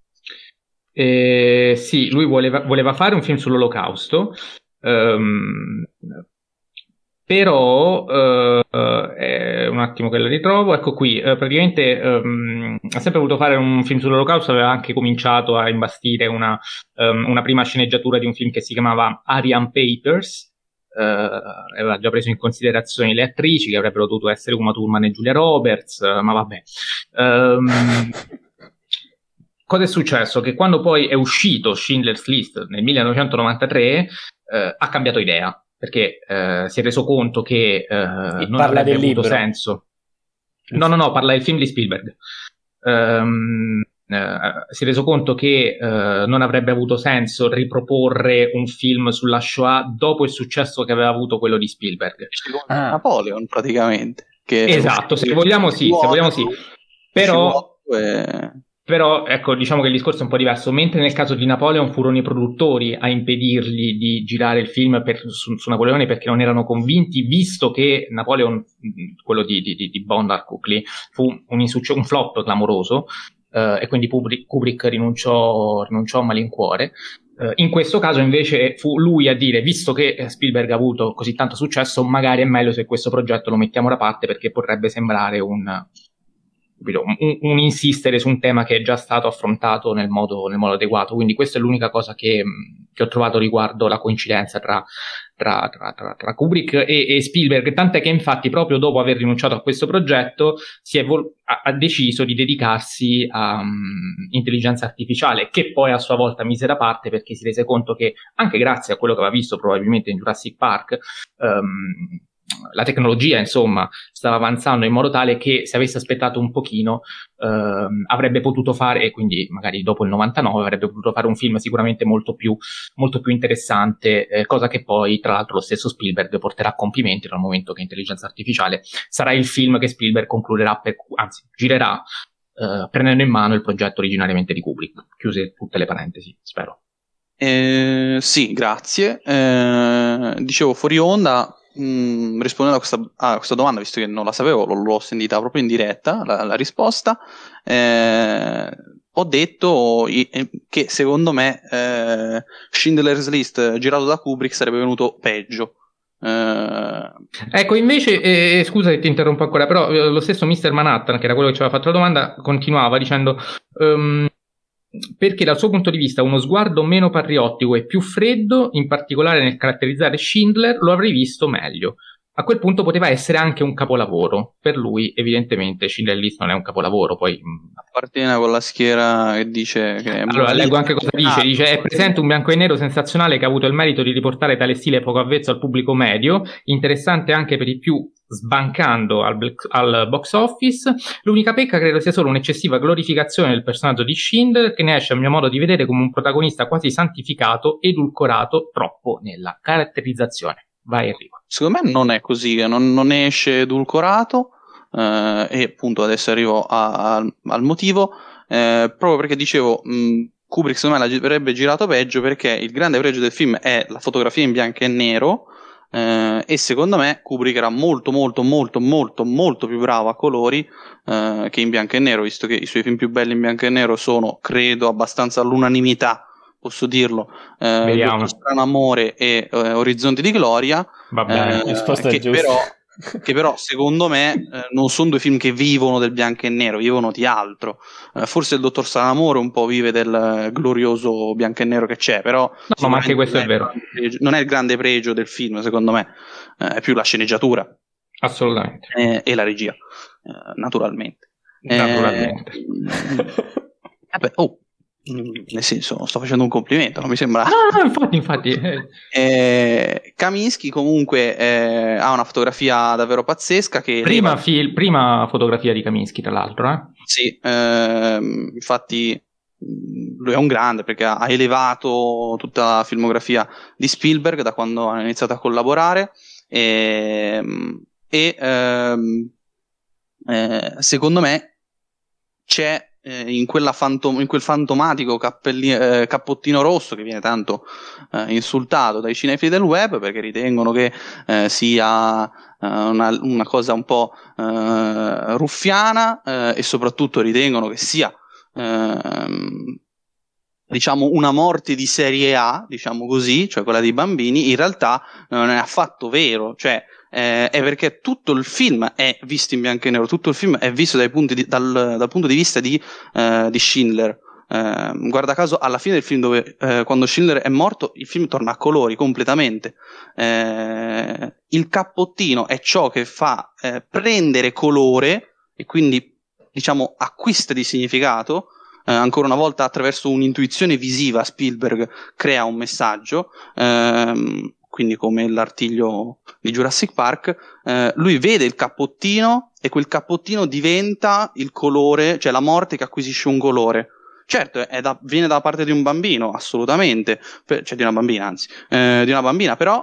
Sì, lui voleva fare un film sull'Olocausto, però un attimo che la ritrovo, ecco qui, praticamente ha sempre voluto fare un film sull'Olocausto, aveva anche cominciato a imbastire una prima sceneggiatura di un film che si chiamava Aryan Papers, aveva già preso in considerazione le attrici che avrebbero dovuto essere Uma Thurman e Julia Roberts, ma vabbè. Cosa è successo? Che quando poi è uscito Schindler's List nel 1993 ha cambiato idea, perché si è reso conto che non avrebbe avuto senso. No, parla del film di Spielberg. Si è reso conto che non avrebbe avuto senso riproporre un film sulla Shoah dopo il successo che aveva avuto quello di Spielberg. Napoleon, praticamente. Che esatto, se vogliamo sì. Però ecco, diciamo che il discorso è un po' diverso. Mentre nel caso di Napoleon furono i produttori a impedirgli di girare il film su Napoleone perché non erano convinti, visto che Napoleon, quello di Bondar Cookley, fu un flop clamoroso, e quindi Kubrick rinunciò a malincuore. In questo caso invece fu lui a dire, visto che Spielberg ha avuto così tanto successo, magari è meglio se questo progetto lo mettiamo da parte, perché potrebbe sembrare un insistere su un tema che è già stato affrontato nel modo adeguato. Quindi questa è l'unica cosa che ho trovato riguardo la coincidenza tra Kubrick e Spielberg, tant'è che infatti proprio dopo aver rinunciato a questo progetto ha deciso di dedicarsi a intelligenza artificiale, che poi a sua volta mise da parte perché si rese conto che anche grazie a quello che aveva visto probabilmente in Jurassic Park, la tecnologia insomma stava avanzando in modo tale che se avesse aspettato un pochino avrebbe potuto fare, e quindi magari dopo il 99 avrebbe potuto fare un film sicuramente molto più interessante, cosa che poi tra l'altro lo stesso Spielberg porterà a compimento dal momento che Intelligenza Artificiale sarà il film che Spielberg concluderà, girerà prendendo in mano il progetto originariamente di Kubrick. Chiuse tutte le parentesi, spero. Sì, grazie. Dicevo fuori onda, rispondendo a questa domanda, visto che non la sapevo, l'ho sentita proprio in diretta la risposta, ho detto che secondo me Schindler's List girato da Kubrick sarebbe venuto peggio. Ecco, invece scusa che ti interrompo ancora, però lo stesso Mr. Manhattan, che era quello che ci aveva fatto la domanda, continuava dicendo perché dal suo punto di vista uno sguardo meno patriottico e più freddo, in particolare nel caratterizzare Schindler, lo avrei visto meglio. A quel punto poteva essere anche un capolavoro. Per lui evidentemente Schindler's List non è un capolavoro, poi appartiene con la schiera che dice che... Allora leggo anche cosa dice, è presente un bianco e nero sensazionale che ha avuto il merito di riportare tale stile poco avvezzo al pubblico medio, interessante anche per i più, sbancando al box office. L'unica pecca credo sia solo un'eccessiva glorificazione del personaggio di Schindler, che ne esce a mio modo di vedere come un protagonista quasi santificato, edulcorato troppo nella caratterizzazione. Vai Enrico. Secondo me non è così, non ne esce edulcorato, e appunto adesso arrivo al motivo, proprio perché dicevo Kubrick secondo me l'avrebbe girato peggio, perché il grande pregio del film è la fotografia in bianco e nero, e secondo me Kubrick era molto più bravo a colori che in bianco e nero, visto che i suoi film più belli in bianco e nero sono, credo, abbastanza all'unanimità, posso dirlo, Lo strano amore e Orizzonti di Gloria, che però secondo me non sono due film che vivono del bianco e nero, vivono di altro. Forse il Dottor Stranamore un po' vive del glorioso bianco e nero che c'è, però no, ma anche questo è vero, non è il grande pregio del film, secondo me, è più la sceneggiatura, assolutamente, e la regia, naturalmente. nel senso, sto facendo un complimento, non mi sembra. No, infatti. Kaminski comunque ha una fotografia davvero pazzesca che prima fotografia di Kaminski, tra l'altro. Sì, infatti lui è un grande perché ha elevato tutta la filmografia di Spielberg da quando ha iniziato a collaborare e secondo me c'è in quel fantomatico cappottino rosso che viene tanto insultato dai cinefili del web perché ritengono che sia una cosa un po' ruffiana e soprattutto ritengono che sia diciamo una morte di serie A, diciamo così, cioè quella dei bambini. In realtà non è affatto vero, cioè è perché tutto il film è visto in bianco e nero, tutto il film è visto dal punto di vista di Schindler. Guarda caso alla fine del film dove quando Schindler è morto il film torna a colori completamente. Il cappottino è ciò che fa prendere colore e quindi diciamo acquista di significato. Ancora una volta attraverso un'intuizione visiva Spielberg crea un messaggio, quindi come l'artiglio di Jurassic Park. Lui vede il cappottino e quel cappottino diventa il colore, cioè la morte che acquisisce un colore. Certo, viene da parte di un bambino, assolutamente, cioè di una bambina, anzi, di una bambina, però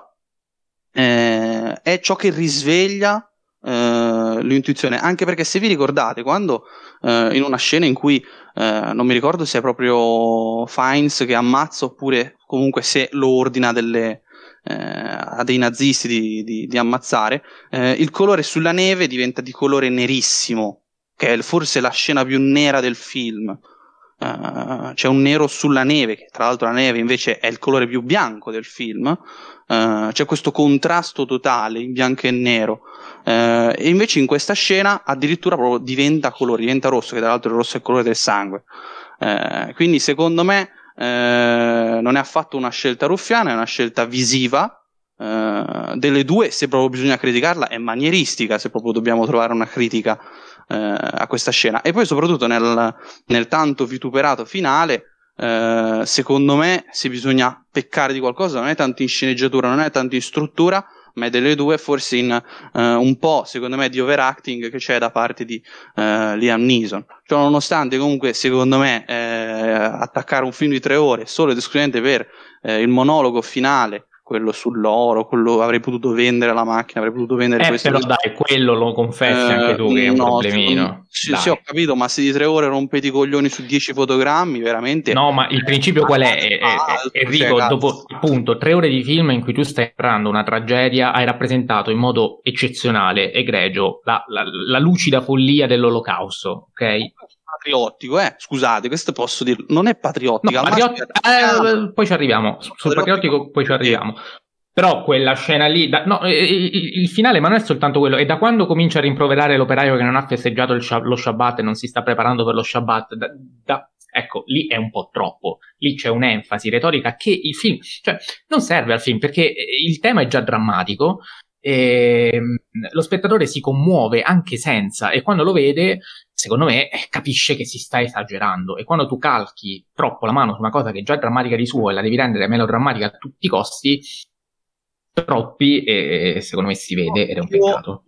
è ciò che risveglia l'intuizione, anche perché se vi ricordate quando in una scena in cui non mi ricordo se è proprio Fiennes che ammazza oppure comunque se lo ordina a dei nazisti di ammazzare, il colore sulla neve diventa di colore nerissimo, che è forse la scena più nera del film. C'è un nero sulla neve, che tra l'altro la neve invece è il colore più bianco del film. C'è questo contrasto totale in bianco e nero, e invece in questa scena addirittura proprio diventa colore, diventa rosso, che tra l'altro il rosso è il colore del sangue. Quindi secondo me non è affatto una scelta ruffiana, è una scelta visiva. Delle due, se proprio bisogna criticarla, è manieristica, se proprio dobbiamo trovare una critica a questa scena. E poi soprattutto nel tanto vituperato finale, secondo me, se bisogna peccare di qualcosa non è tanto in sceneggiatura, non è tanto in struttura, ma è delle due forse in un po', secondo me, di overacting che c'è da parte di Liam Neeson. Cioè, nonostante comunque, secondo me, attaccare un film di 3 ore solo ed esclusivamente per il monologo finale, quello sull'oro, quello avrei potuto vendere la macchina, avrei potuto vendere questo. Però dai, quello lo confessi anche tu che è un problemino. Sì, ho capito, ma se di 3 ore rompete i coglioni su 10 fotogrammi, veramente. No, ma il principio qual è? Enrico, dopo appunto 3 ore di film in cui tu stai narrando una tragedia, hai rappresentato in modo eccezionale, egregio, la lucida follia dell'olocausto, ok? Patriottico, scusate, questo posso dirlo, non è patriottico. No, poi ci arriviamo, sul patriottico poi ci arriviamo. Però quella scena lì, il finale, ma non è soltanto quello, è da quando comincia a rimproverare l'operaio che non ha festeggiato lo Shabbat e non si sta preparando per lo Shabbat, ecco, lì è un po' troppo, lì c'è un'enfasi retorica che il film, cioè, non serve al film, perché il tema è già drammatico, e lo spettatore si commuove anche senza, e quando lo vede, secondo me, capisce che si sta esagerando, e quando tu calchi troppo la mano su una cosa che è già drammatica di suo e la devi rendere melodrammatica a tutti i costi, troppi, e secondo me si vede ed è un peccato.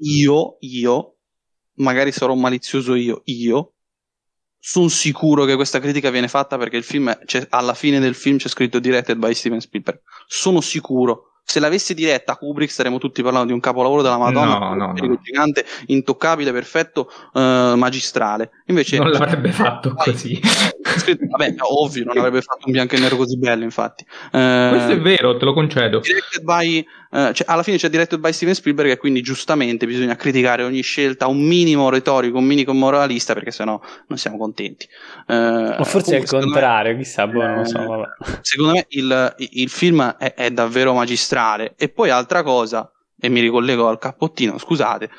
Io magari sarò malizioso, io sono sicuro che questa critica viene fatta perché il film alla fine del film c'è scritto directed by Steven Spielberg. Sono sicuro. Se l'avessi diretta Kubrick staremmo tutti parlando di un capolavoro della Madonna, no. gigante, intoccabile, perfetto, magistrale. Invece non l'avrebbe fatto così. Vabbè, ovvio, non avrebbe fatto un bianco e nero così bello, infatti. Questo è vero, te lo concedo. Alla fine c'è directed by Steven Spielberg, e quindi giustamente bisogna criticare ogni scelta un minimo retorico, un minimo moralista, perché sennò non siamo contenti. O forse è il contrario, chissà, non lo so. Vabbè. Secondo me il film è davvero magistrale. E poi altra cosa, e mi ricollego al cappottino, scusate,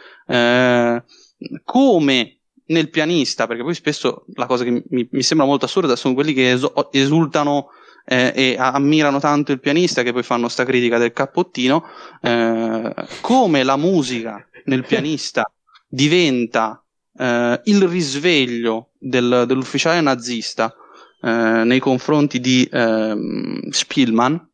come nel Pianista, perché poi spesso la cosa che mi sembra molto assurda sono quelli che esultano e ammirano tanto il Pianista che poi fanno sta critica del cappottino, come la musica nel Pianista diventa il risveglio dell'ufficiale nazista. nei confronti di Spielman,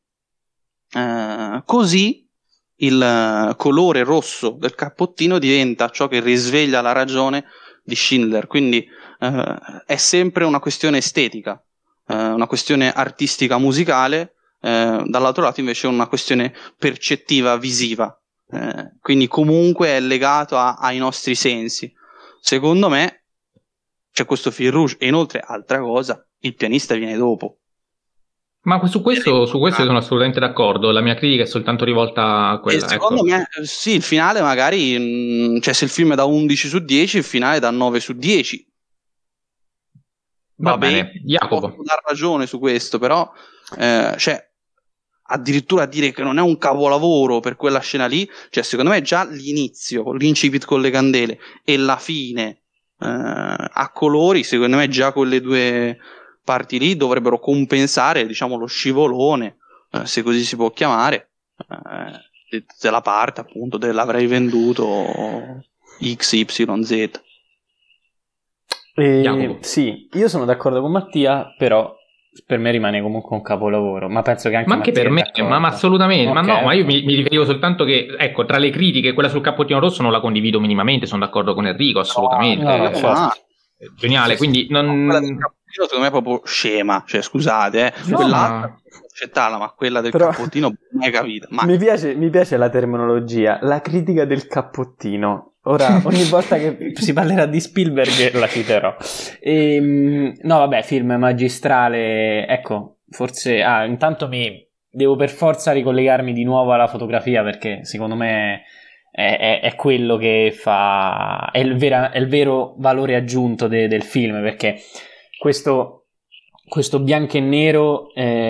così il colore rosso del cappottino diventa ciò che risveglia la ragione di Schindler. Quindi è sempre una questione estetica, una questione artistica musicale, dall'altro lato invece è una questione percettiva visiva, quindi comunque è legato ai nostri sensi. Secondo me c'è questo fil rouge, e inoltre altra cosa, il pianista viene dopo. Ma su questo sono assolutamente d'accordo. La mia critica è soltanto rivolta a quella. Secondo me, sì, il finale magari, cioè se il film è da 11 su 10, il finale è da 9 su 10. Va bene, Jacopo. Posso dar ragione su questo, però, cioè, addirittura dire che non è un capolavoro per quella scena lì, cioè secondo me già l'inizio, l'incipit con le candele e la fine a colori, secondo me già quelle due parti lì dovrebbero compensare, diciamo, lo scivolone, se così si può chiamare, della parte appunto dell'avrei venduto XYZ. Sì, io sono d'accordo con Mattia, però per me rimane comunque un capolavoro, ma penso che anche per me, ma assolutamente, okay. Ma no, ma io mi riferivo soltanto che, ecco, tra le critiche, quella sul cappottino rosso non la condivido minimamente, sono d'accordo con Enrico, assolutamente. Geniale, quindi non... Quella del cappottino secondo me è proprio scema, cioè scusate, quell'altra accettarla, ma quella del cappottino mai capita. Mi piace la terminologia, la critica del cappottino. Ora, ogni volta che si parlerà di Spielberg la citerò. No, vabbè, film magistrale, ecco, forse... intanto devo per forza ricollegarmi di nuovo alla fotografia, perché secondo me è quello che fa... è il vero valore aggiunto del film, perché questo bianco e nero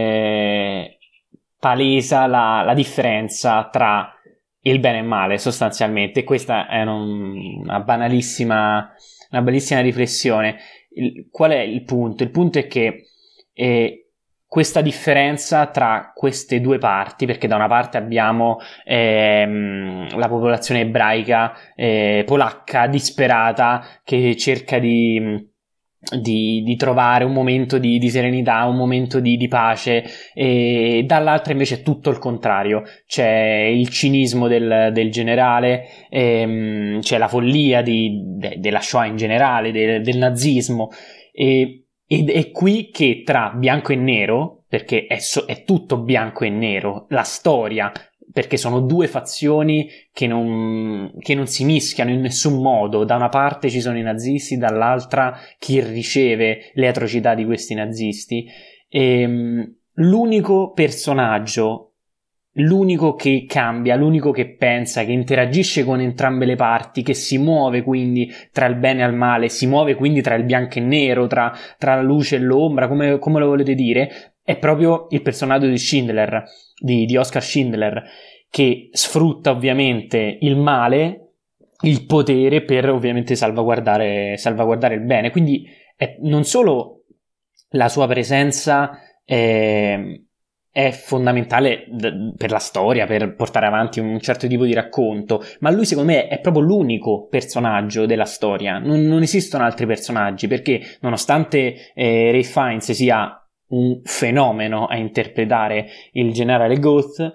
palesa la differenza tra il bene e il male, sostanzialmente. Questa è una bellissima riflessione. Qual è il punto? Il punto è che questa differenza tra queste due parti, perché da una parte abbiamo la popolazione ebraica polacca disperata che cerca di trovare un momento di serenità, un momento di pace, e dall'altra invece è tutto il contrario. C'è il cinismo del generale, c'è la follia della Shoah in generale, del nazismo, ed è qui che tra bianco e nero, perché è tutto bianco e nero, la storia, perché sono due fazioni che non si mischiano in nessun modo. Da una parte ci sono i nazisti, dall'altra chi riceve le atrocità di questi nazisti. L'unico personaggio, l'unico che cambia, l'unico che pensa, che interagisce con entrambe le parti, che si muove quindi tra il bene e il male, si muove quindi tra il bianco e il nero, tra la luce e l'ombra, come lo volete dire, è proprio il personaggio di Schindler, di Oskar Schindler, che sfrutta ovviamente il male, il potere, per ovviamente salvaguardare il bene. Quindi non solo la sua presenza è fondamentale per la storia, per portare avanti un certo tipo di racconto, ma lui secondo me è proprio l'unico personaggio della storia. Non esistono altri personaggi, perché nonostante Ray Fiennes sia un fenomeno a interpretare il generale Goth,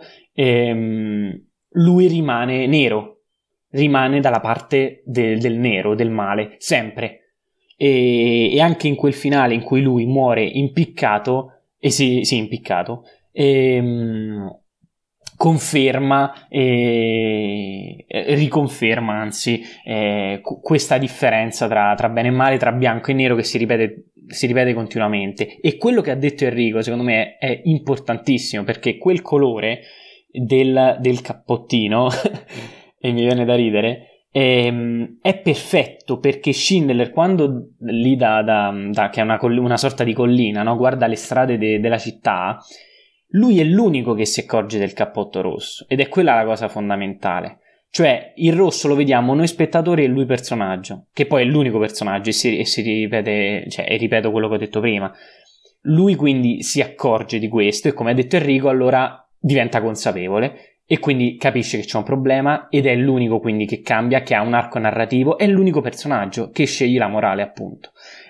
lui rimane nero, rimane dalla parte del nero, del male, sempre. E anche in quel finale in cui lui muore impiccato, impiccato, conferma, riconferma anzi, questa differenza tra bene e male, tra bianco e nero, che si ripete continuamente. E quello che ha detto Enrico secondo me è importantissimo, perché quel colore del cappottino e mi viene da ridere, è perfetto, perché Schindler, quando lì che è una sorta di collina, no? Guarda le strade della città, lui è l'unico che si accorge del cappotto rosso, ed è quella la cosa fondamentale. Cioè, il rosso lo vediamo noi spettatori e lui personaggio, che poi è l'unico personaggio, e si ripete, cioè, e ripeto quello che ho detto prima. Lui quindi si accorge di questo, e come ha detto Enrico, allora diventa consapevole, e quindi capisce che c'è un problema, ed è l'unico quindi che cambia, che ha un arco narrativo, è l'unico personaggio che sceglie la morale, appunto.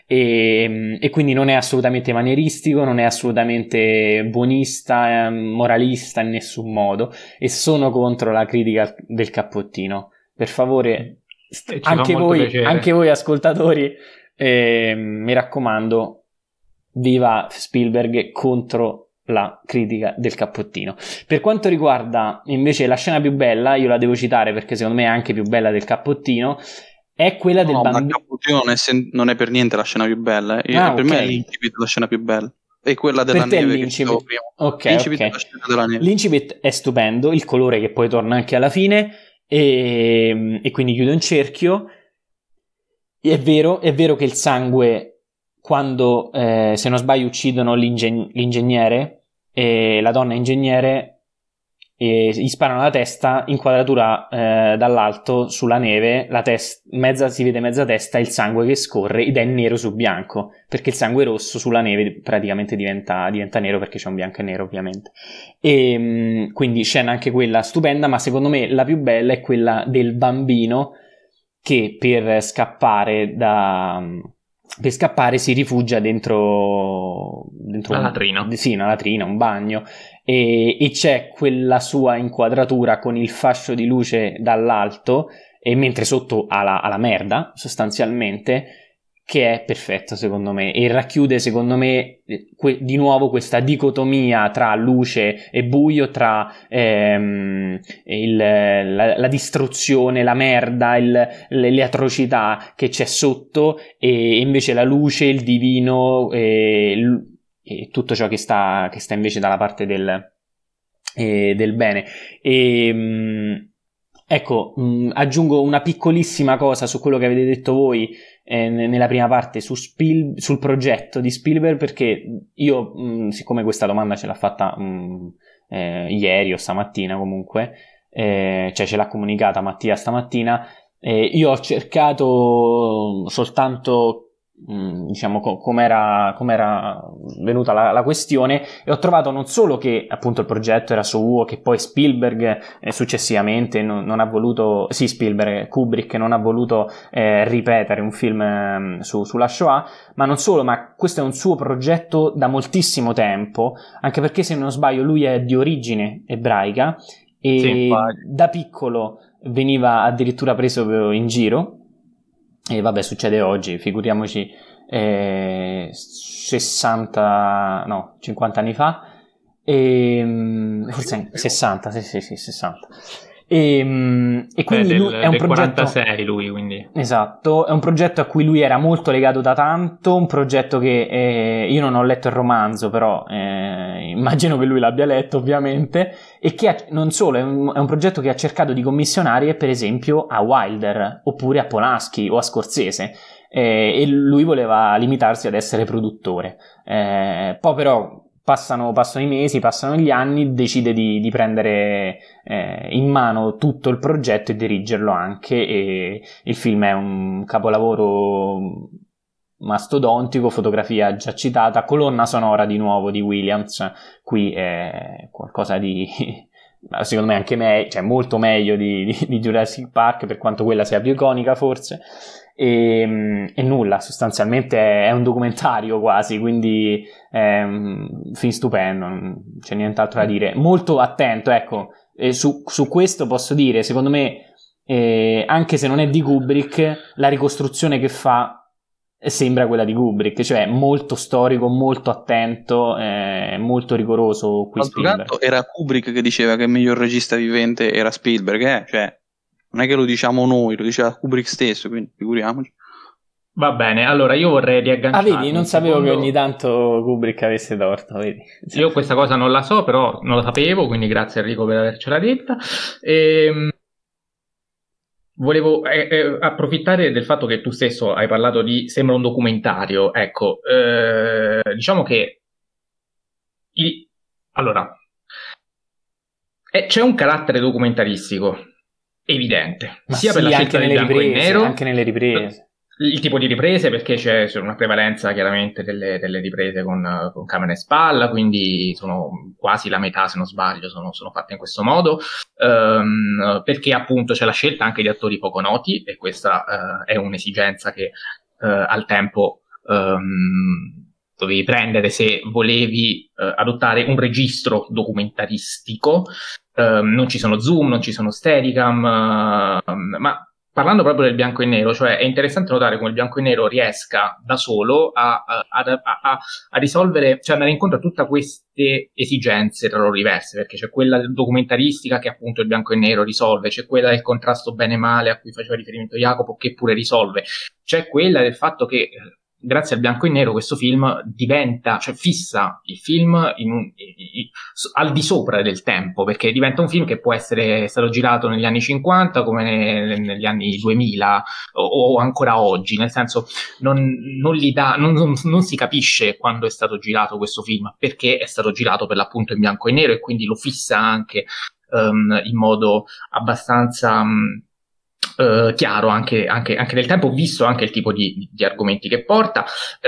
e quindi non è assolutamente manieristico, non è assolutamente buonista, moralista in nessun modo, e sono contro la critica del cappottino. Per favore, anche voi ascoltatori, mi raccomando, viva Spielberg contro la critica del cappottino. Per quanto riguarda invece la scena più bella, io la devo citare perché secondo me è anche più bella del cappottino, è quella del bambino. Ma il cappottino non è per niente la scena più bella. Per me è l'incipit la scena più bella. E quella della neve che dicevo prima. L'incipit è la scena della neve. L'incipit è stupendo, il colore che poi torna anche alla fine, e quindi chiude un cerchio. È vero che il sangue, quando se non sbaglio uccidono l'ingegnere, e la donna ingegnere, gli sparano alla testa, inquadratura dall'alto sulla neve, si vede mezza testa e il sangue che scorre, ed è nero su bianco, perché il sangue rosso sulla neve praticamente diventa nero, perché c'è un bianco e nero ovviamente. E quindi scena anche quella stupenda, ma secondo me la più bella è quella del bambino che per scappare si rifugia dentro una latrina. Una latrina, un bagno, e c'è quella sua inquadratura con il fascio di luce dall'alto, e mentre sotto ha la merda sostanzialmente, che è perfetto secondo me, e racchiude secondo me di nuovo questa dicotomia tra luce e buio, tra la distruzione, la merda, le atrocità che c'è sotto, e invece la luce, il divino, e tutto ciò che sta invece dalla parte del bene. Ecco, aggiungo una piccolissima cosa su quello che avete detto voi nella prima parte sul progetto di Spielberg, perché io, siccome questa domanda ce l'ha fatta ieri o stamattina comunque, cioè ce l'ha comunicata Mattia stamattina, io ho cercato soltanto diciamo com'era venuta la questione, e ho trovato non solo che appunto il progetto era suo, che poi Spielberg successivamente non ha voluto, Kubrick non ha voluto ripetere un film sulla Shoah, ma non solo, ma questo è un suo progetto da moltissimo tempo, anche perché se non sbaglio lui è di origine ebraica, e da piccolo veniva addirittura preso in giro. E vabbè, succede oggi, figuriamoci 50 anni fa, forse 60, sì, 60. E quindi è un progetto 46 lui, quindi. Esatto, è un progetto a cui lui era molto legato da tanto, un progetto che io non ho letto il romanzo, però immagino che lui l'abbia letto ovviamente, e che non solo è un progetto che ha cercato di commissionare per esempio a Wilder oppure a Polanski o a Scorsese, e lui voleva limitarsi ad essere produttore, poi però passano i mesi, passano gli anni, decide di prendere in mano tutto il progetto e dirigerlo anche, e il film è un capolavoro mastodontico, fotografia già citata, colonna sonora di nuovo di Williams, qui è qualcosa di secondo me anche cioè molto meglio di Jurassic Park, per quanto quella sia più iconica forse. E nulla, sostanzialmente è un documentario quasi, quindi è un film stupendo, non c'è nient'altro da dire, molto attento, ecco, su questo posso dire, secondo me anche se non è di Kubrick, la ricostruzione che fa sembra quella di Kubrick, cioè molto storico, molto attento, molto rigoroso qui Spielberg. Era Kubrick che diceva che il miglior regista vivente era Spielberg, cioè non è che lo diciamo noi, lo diceva Kubrick stesso, quindi figuriamoci. Va bene, allora io vorrei riagganciarmi. Vedi, non sapevo che ogni tanto Kubrick avesse torto, vedi. Io questa cosa non la so, però non la sapevo, quindi grazie Enrico per avercela detta. Volevo approfittare del fatto che tu stesso hai parlato sembra un documentario, ecco, diciamo che allora c'è un carattere documentaristico evidente, sia per la scelta del bianco e nero, anche nelle riprese, il tipo di riprese, perché c'è una prevalenza chiaramente delle riprese con camera in spalla, quindi sono quasi la metà, se non sbaglio, sono fatte in questo modo, perché appunto c'è la scelta anche di attori poco noti, e questa è un'esigenza che al tempo dovevi prendere se volevi adottare un registro documentaristico. Non ci sono zoom, non ci sono steadicam, ma parlando proprio del bianco e nero, cioè è interessante notare come il bianco e nero riesca da solo a risolvere, cioè andare incontro a tutte queste esigenze tra loro diverse, perché c'è quella documentaristica che appunto il bianco e nero risolve, c'è quella del contrasto bene male a cui faceva riferimento Jacopo che pure risolve, c'è quella del fatto che grazie al bianco e nero questo film diventa, cioè fissa il film al di sopra del tempo, perché diventa un film che può essere stato girato negli anni 50 come negli anni 2000 o ancora oggi, nel senso non si capisce quando è stato girato questo film, perché è stato girato per l'appunto in bianco e nero e quindi lo fissa anche in modo abbastanza chiaro anche nel tempo, visto anche il tipo di argomenti che porta,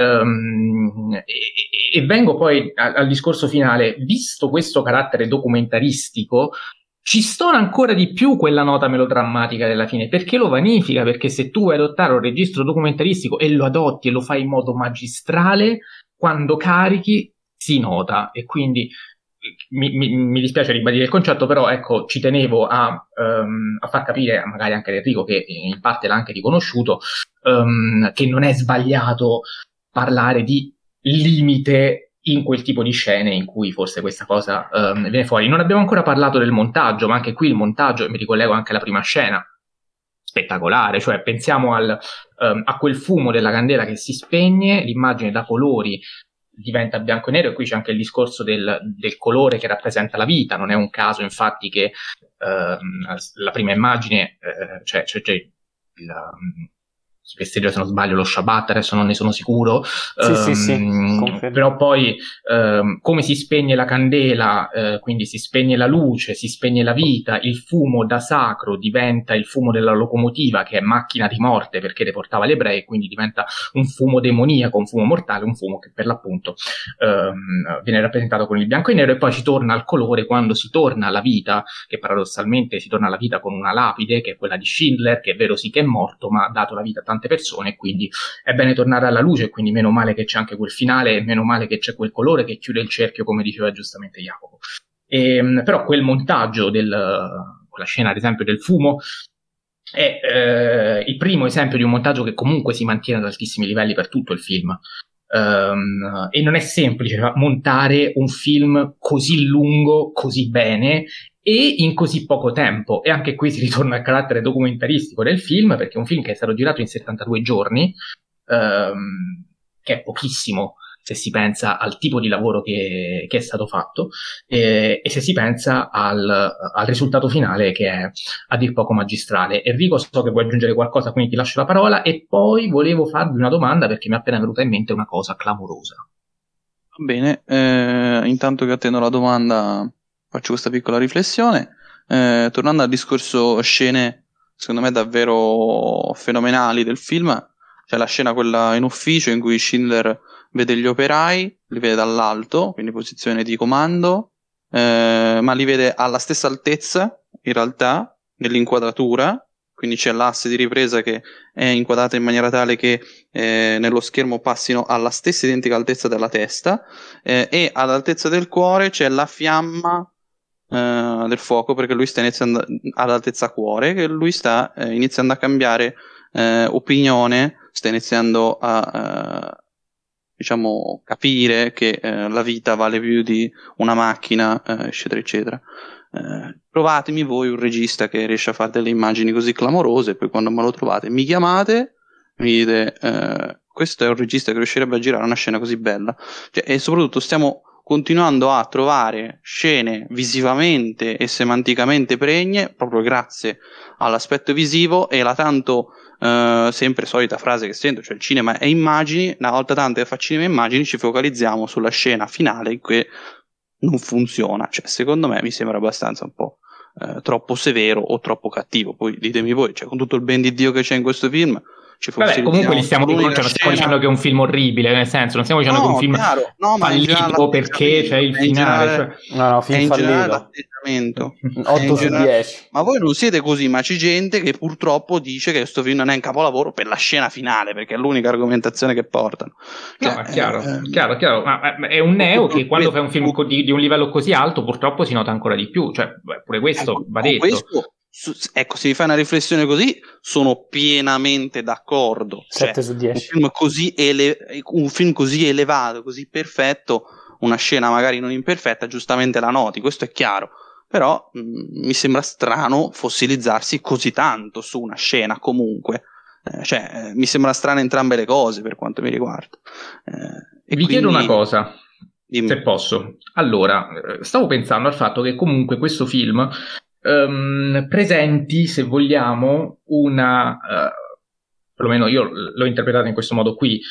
e vengo poi al discorso finale. Visto questo carattere documentaristico, ci stona ancora di più quella nota melodrammatica della fine, perché lo vanifica, perché se tu vuoi adottare un registro documentaristico e lo adotti e lo fai in modo magistrale, quando carichi si nota, e quindi mi dispiace ribadire il concetto, però ecco, ci tenevo a far capire, magari anche ad Enrico, che in parte l'ha anche riconosciuto, che non è sbagliato parlare di limite in quel tipo di scene in cui forse questa cosa viene fuori. Non abbiamo ancora parlato del montaggio, ma anche qui il montaggio, e mi ricollego anche alla prima scena, spettacolare, cioè pensiamo a quel fumo della candela che si spegne, l'immagine da colori diventa bianco e nero, e qui c'è anche il discorso del colore che rappresenta la vita. Non è un caso infatti che la prima immagine c'è si festeggia, se non sbaglio, lo Shabbat, adesso non ne sono sicuro, sì, però poi come si spegne la candela, quindi si spegne la luce, si spegne la vita, il fumo da sacro diventa il fumo della locomotiva, che è macchina di morte perché deportava gli ebrei, quindi diventa un fumo demoniaco, un fumo mortale, un fumo che per l'appunto viene rappresentato con il bianco e nero. E poi si torna al colore quando si torna alla vita, che paradossalmente si torna alla vita con una lapide, che è quella di Schindler, che è vero sì che è morto, ma ha dato la vita a tante persone, quindi è bene tornare alla luce, quindi meno male che c'è anche quel finale, meno male che c'è quel colore che chiude il cerchio, come diceva giustamente Jacopo. Però quel montaggio quella scena ad esempio del fumo è il primo esempio di un montaggio che comunque si mantiene ad altissimi livelli per tutto il film. E non è semplice montare un film così lungo, così bene e in così poco tempo, e anche qui si ritorna al carattere documentaristico del film, perché è un film che è stato girato in 72 giorni, che è pochissimo se si pensa al tipo di lavoro che è stato fatto, e se si pensa al risultato finale, che è a dir poco magistrale. Enrico, so che vuoi aggiungere qualcosa, quindi ti lascio la parola, e poi volevo farvi una domanda perché mi è appena venuta in mente una cosa clamorosa. Va bene, intanto che attendo la domanda faccio questa piccola riflessione. Tornando al discorso scene, secondo me davvero fenomenali del film, c'è la scena quella in ufficio in cui Schindler vede gli operai, li vede dall'alto, quindi posizione di comando, ma li vede alla stessa altezza, in realtà, nell'inquadratura, quindi c'è l'asse di ripresa che è inquadrata in maniera tale che nello schermo passino alla stessa identica altezza della testa, e all'altezza del cuore c'è la fiamma del fuoco, perché lui sta iniziando all'altezza cuore, che lui sta iniziando a cambiare opinione, sta iniziando a diciamo capire che la vita vale più di una macchina, eccetera eccetera. Provatemi voi un regista che riesce a fare delle immagini così clamorose, poi quando me lo trovate mi chiamate, mi dite questo è un regista che riuscirebbe a girare una scena così bella, cioè, e soprattutto stiamo continuando a trovare scene visivamente e semanticamente pregne proprio grazie all'aspetto visivo e la tanto sempre solita frase che sento, cioè il cinema è immagini. Una volta tanto che fa cinema e immagini ci focalizziamo sulla scena finale che non funziona, cioè secondo me mi sembra abbastanza un po' troppo severo o troppo cattivo. Poi ditemi voi, cioè con tutto il ben di Dio che c'è in questo film, ci fosse comunque li stiamo l'unica non stiamo scena... dicendo che è un film orribile, nel senso, non stiamo dicendo che è un film fallito perché c'è il finale. No, film fallito. 8 su 10. Ma voi non siete così, ma c'è gente che purtroppo dice che questo film non è un capolavoro per la scena finale, perché è l'unica argomentazione che portano. No, è chiaro. Ma è un neo che quando fai un film di un livello così alto purtroppo si nota ancora di più, cioè pure questo va detto. Ecco, se mi fai una riflessione così, sono pienamente d'accordo. 7 su 10. Un film così elevato, così perfetto, una scena magari non imperfetta, giustamente la noti, questo è chiaro. Però mi sembra strano fossilizzarsi così tanto su una scena comunque. Mi sembra strana entrambe le cose per quanto mi riguarda. Vi chiedo una cosa, se posso. Allora, stavo pensando al fatto che comunque questo film presenti, se vogliamo, una perlomeno io l'ho interpretata in questo modo qui,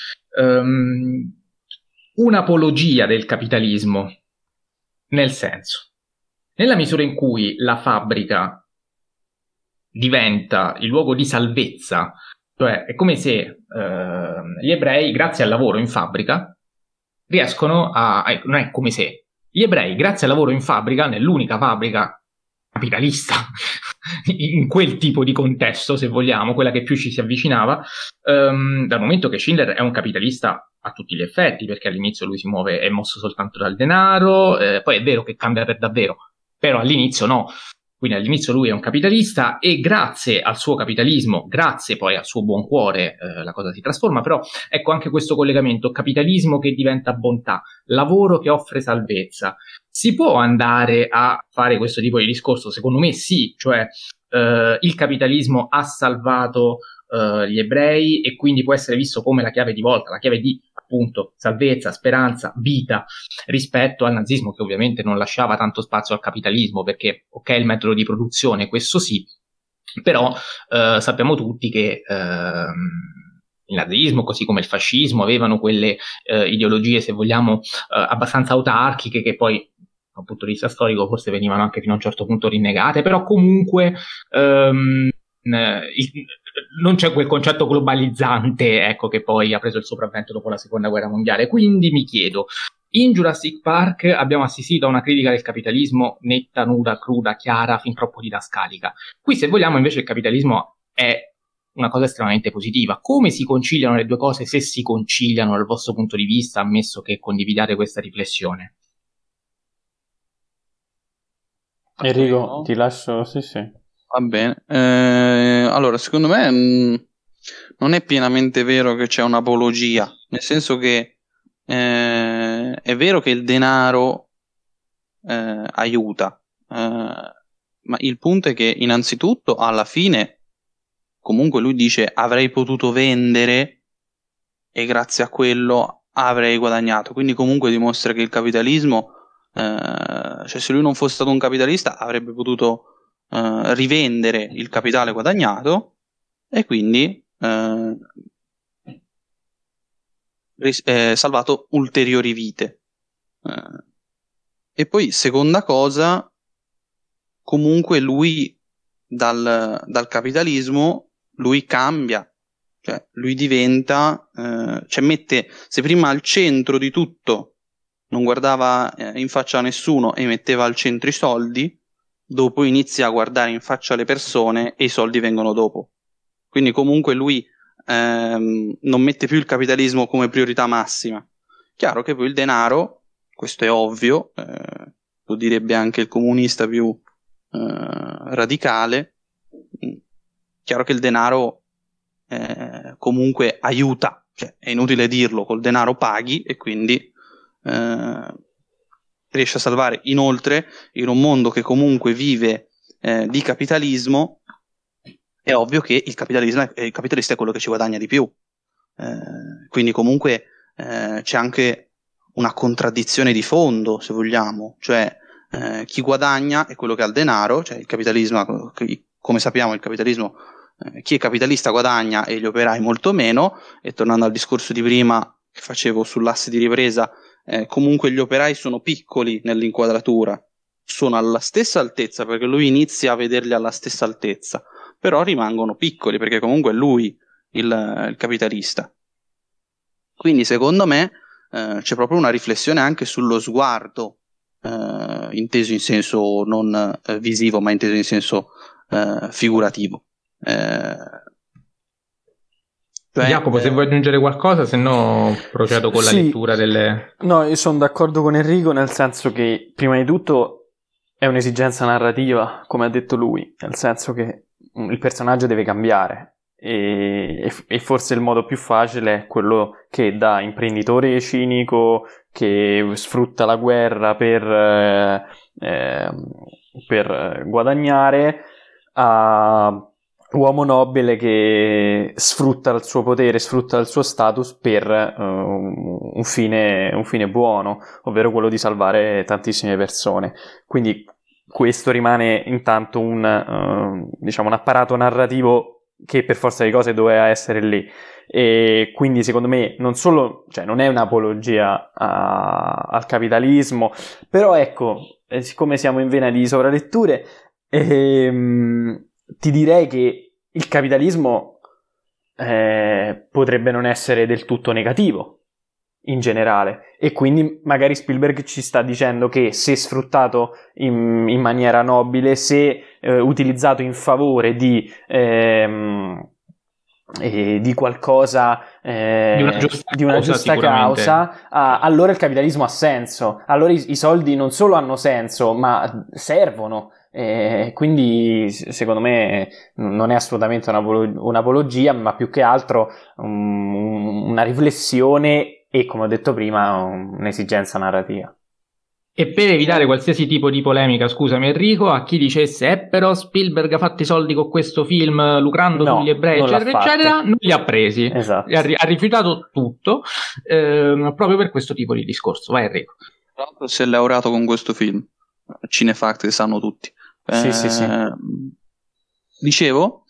un'apologia del capitalismo, nel senso, nella misura in cui la fabbrica diventa il luogo di salvezza, cioè è come se gli ebrei, grazie al lavoro in fabbrica, riescono non è come se gli ebrei, grazie al lavoro in fabbrica, nell'unica fabbrica capitalista in quel tipo di contesto, se vogliamo, quella che più ci si avvicinava, dal momento che Schindler è un capitalista a tutti gli effetti, perché all'inizio lui è mosso soltanto dal denaro, poi è vero che cambia per davvero, però all'inizio no. Quindi all'inizio lui è un capitalista e grazie al suo capitalismo, grazie poi al suo buon cuore, la cosa si trasforma, però ecco anche questo collegamento, capitalismo che diventa bontà, lavoro che offre salvezza. Si può andare a fare questo tipo di discorso? Secondo me sì, cioè il capitalismo ha salvato gli ebrei e quindi può essere visto come la chiave di volta, la chiave di appunto salvezza, speranza, vita, rispetto al nazismo che ovviamente non lasciava tanto spazio al capitalismo perché ok il metodo di produzione, questo sì, però sappiamo tutti che il nazismo così come il fascismo avevano quelle ideologie, se vogliamo, abbastanza autarchiche che poi da un punto di vista storico forse venivano anche fino a un certo punto rinnegate, però comunque non c'è quel concetto globalizzante, ecco, che poi ha preso il sopravvento dopo la seconda guerra mondiale. Quindi mi chiedo, in Jurassic Park abbiamo assistito a una critica del capitalismo netta, nuda, cruda, chiara, fin troppo didascalica. Qui, se vogliamo, invece il capitalismo è una cosa estremamente positiva. Come si conciliano le due cose, se si conciliano dal vostro punto di vista, ammesso che condividiate questa riflessione? Enrico, ti lascio, sì. Va bene. Allora, secondo me non è pienamente vero che c'è un'apologia, nel senso che è vero che il denaro aiuta, ma il punto è che innanzitutto alla fine comunque lui dice avrei potuto vendere e grazie a quello avrei guadagnato, quindi comunque dimostra che il capitalismo, cioè se lui non fosse stato un capitalista avrebbe potuto rivendere il capitale guadagnato e quindi salvato ulteriori vite. E poi seconda cosa, comunque lui dal capitalismo lui cambia, cioè lui diventa, cioè mette, se prima al centro di tutto non guardava in faccia a nessuno e metteva al centro i soldi, dopo inizia a guardare in faccia le persone e i soldi vengono dopo. Quindi comunque lui non mette più il capitalismo come priorità massima. Chiaro che poi il denaro, questo è ovvio, lo direbbe anche il comunista più radicale, chiaro che il denaro comunque aiuta, cioè è inutile dirlo, col denaro paghi e quindi riesce a salvare. Inoltre, in un mondo che comunque vive di capitalismo, è ovvio che il capitalista è quello che ci guadagna di più. Quindi comunque c'è anche una contraddizione di fondo, se vogliamo, cioè chi guadagna è quello che ha il denaro, cioè il capitalismo, come sappiamo il capitalismo, chi è capitalista guadagna e gli operai molto meno, e tornando al discorso di prima che facevo sull'asse di ripresa, comunque gli operai sono piccoli nell'inquadratura, sono alla stessa altezza perché lui inizia a vederli alla stessa altezza, però rimangono piccoli perché comunque è lui il capitalista. Quindi secondo me c'è proprio una riflessione anche sullo sguardo, inteso in senso non visivo, ma inteso in senso figurativo. Jacopo, se vuoi aggiungere qualcosa, se no procedo con la lettura delle... No, io sono d'accordo con Enrico, nel senso che prima di tutto è un'esigenza narrativa, come ha detto lui, nel senso che il personaggio deve cambiare e forse il modo più facile è quello che da imprenditore cinico che sfrutta la guerra per guadagnare a uomo nobile che sfrutta il suo potere, sfrutta il suo status per un fine buono, ovvero quello di salvare tantissime persone. Quindi questo rimane intanto un apparato narrativo che per forza di cose doveva essere lì, e quindi secondo me non solo, cioè non è un'apologia al capitalismo, però ecco, siccome siamo in vena di sovraletture, ti direi che il capitalismo potrebbe non essere del tutto negativo in generale, e quindi magari Spielberg ci sta dicendo che se sfruttato in maniera nobile, se utilizzato in favore di qualcosa, di una giusta causa, allora il capitalismo ha senso, allora i soldi non solo hanno senso ma servono. Quindi secondo me non è assolutamente un'apologia, ma più che altro una riflessione e, come ho detto prima, un'esigenza narrativa. E per evitare qualsiasi tipo di polemica, scusami Enrico, a chi dicesse però Spielberg ha fatto i soldi con questo film lucrando sugli ebrei eccetera eccetera, non li ha presi. Esatto. Ha rifiutato tutto proprio per questo tipo di discorso. Vai Enrico. Tra l'altro si è laureato con questo film, Cinefact, che sanno tutti. Sì. Dicevo,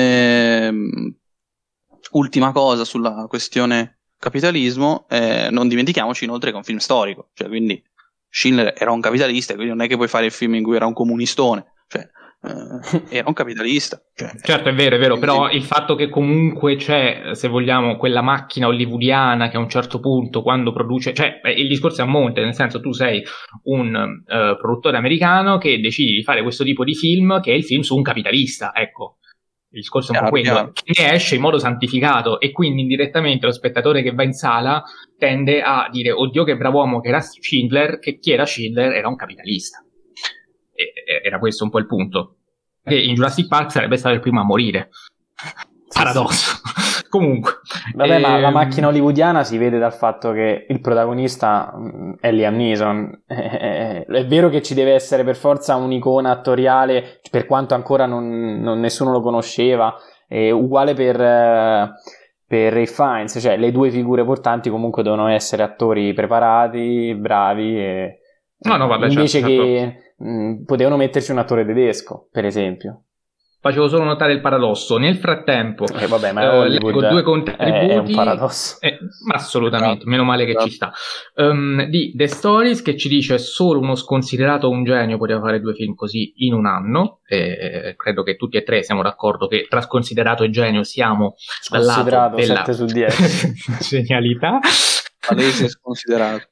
ultima cosa sulla questione capitalismo, non dimentichiamoci inoltre che è un film storico, cioè quindi Schindler era un capitalista, quindi non è che puoi fare il film in cui era un comunistone, cioè era un capitalista. Certo, è vero, però il fatto che comunque c'è, se vogliamo, quella macchina hollywoodiana che a un certo punto, quando produce, cioè il discorso è a monte, nel senso tu sei un produttore americano che decidi di fare questo tipo di film, che è il film su un capitalista, ecco. Il discorso è un po' quello, che ne esce in modo santificato, e quindi indirettamente lo spettatore che va in sala tende a dire oddio che bravo uomo che era Schindler, che chi era Schindler era un capitalista. E era questo un po' il punto, che in Jurassic Park sarebbe stato il primo a morire. Paradosso. Comunque vabbè, ma la macchina hollywoodiana si vede dal fatto che il protagonista è Liam Neeson. È vero che ci deve essere per forza un'icona attoriale, per quanto ancora non nessuno lo conosceva, uguale per Ralph Fiennes, cioè le due figure portanti comunque devono essere attori preparati, bravi, vabbè, invece certo. che potevano metterci un attore tedesco, per esempio. Facevo solo notare il paradosso. Nel frattempo, ma leggo due contributi. È un paradosso. Assolutamente, meno male che ci sta. Di The Stories, che ci dice solo uno sconsiderato o un genio poteva fare 2 film così in un anno. Credo che tutti e tre siamo d'accordo che tra sconsiderato e genio siamo dal lato della 7 su 10. genialità. Palese sconsiderato.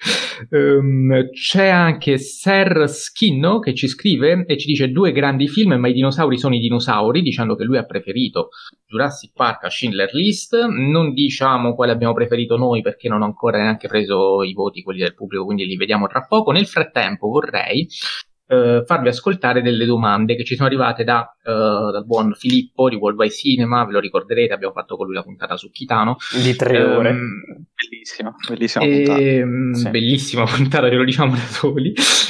C'è anche Ser Schinno che ci scrive e ci dice 2 grandi film, ma i dinosauri sono i dinosauri, dicendo che lui ha preferito Jurassic Park a Schindler List. Non diciamo quale abbiamo preferito noi perché non ho ancora neanche preso i voti, quelli del pubblico, quindi li vediamo tra poco. Nel frattempo vorrei farvi ascoltare delle domande che ci sono arrivate dal buon Filippo di Worldwide Cinema. Ve lo ricorderete, abbiamo fatto con lui la puntata su Kitano di 3 ore. Bellissima puntata. Sì. Bellissima puntata, ce lo diciamo da soli.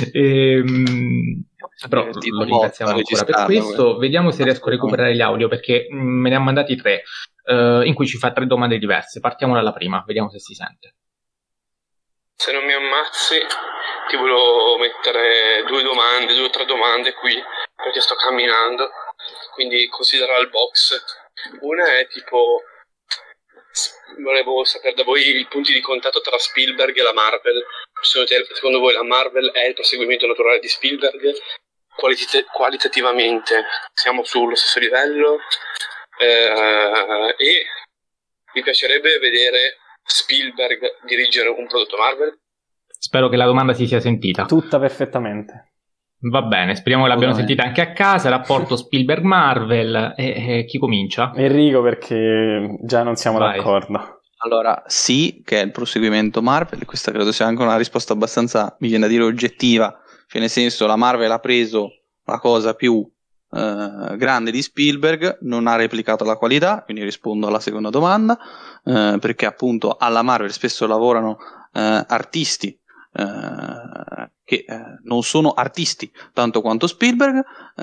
Però lo ringraziamo ancora per questo. Vediamo se riesco a recuperare gli audio, perché me ne ha mandati 3 in cui ci fa 3 domande diverse. Partiamo dalla prima, vediamo se si sente. Se non mi ammazzi ti volevo mettere 2 o 3 domande qui, perché sto camminando, quindi considera il box. Una è tipo, volevo sapere da voi i punti di contatto tra Spielberg e la Marvel. Secondo voi la Marvel è il proseguimento naturale di Spielberg? Qualitativamente siamo sullo stesso livello? E vi piacerebbe vedere Spielberg dirigere un prodotto Marvel? Spero che la domanda si sia sentita. Tutta perfettamente. Va bene, speriamo che l'abbiano sentita anche a casa. Rapporto Spielberg-Marvel. E chi comincia? Enrico, perché già non siamo d'accordo. Allora, sì, che è il proseguimento Marvel. Questa credo sia anche una risposta abbastanza, mi viene da dire, oggettiva. Cioè, nel senso, la Marvel ha preso la cosa più grande di Spielberg, non ha replicato la qualità, quindi rispondo alla seconda domanda, perché appunto alla Marvel spesso lavorano artisti che non sono artisti tanto quanto Spielberg,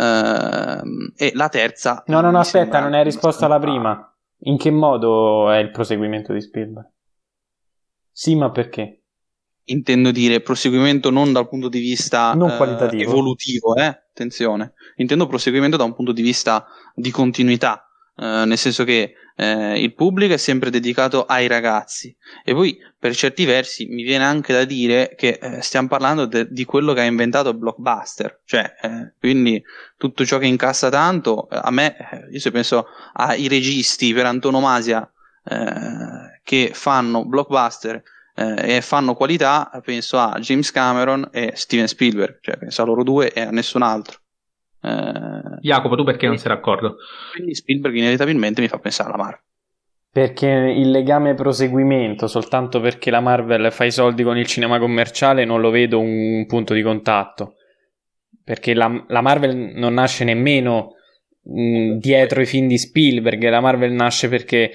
e la terza... No, aspetta, non hai risposto alla prima. In che modo è il proseguimento di Spielberg? Sì, ma perché? Intendo dire proseguimento non dal punto di vista non qualitativo, evolutivo, attenzione. Intendo proseguimento da un punto di vista di continuità, nel senso che il pubblico è sempre dedicato ai ragazzi, e poi per certi versi mi viene anche da dire che stiamo parlando di quello che ha inventato il blockbuster, cioè quindi tutto ciò che incassa tanto, a me, io se penso ai registi per antonomasia che fanno blockbuster e fanno qualità, penso a James Cameron e Steven Spielberg, cioè penso a loro due e a nessun altro. Jacopo, tu perché non sei d'accordo? Quindi Spielberg inevitabilmente mi fa pensare alla Marvel. Perché il legame proseguimento, soltanto perché la Marvel fa i soldi con il cinema commerciale, non lo vedo un punto di contatto, perché la Marvel non nasce nemmeno dietro i film di Spielberg. La Marvel nasce perché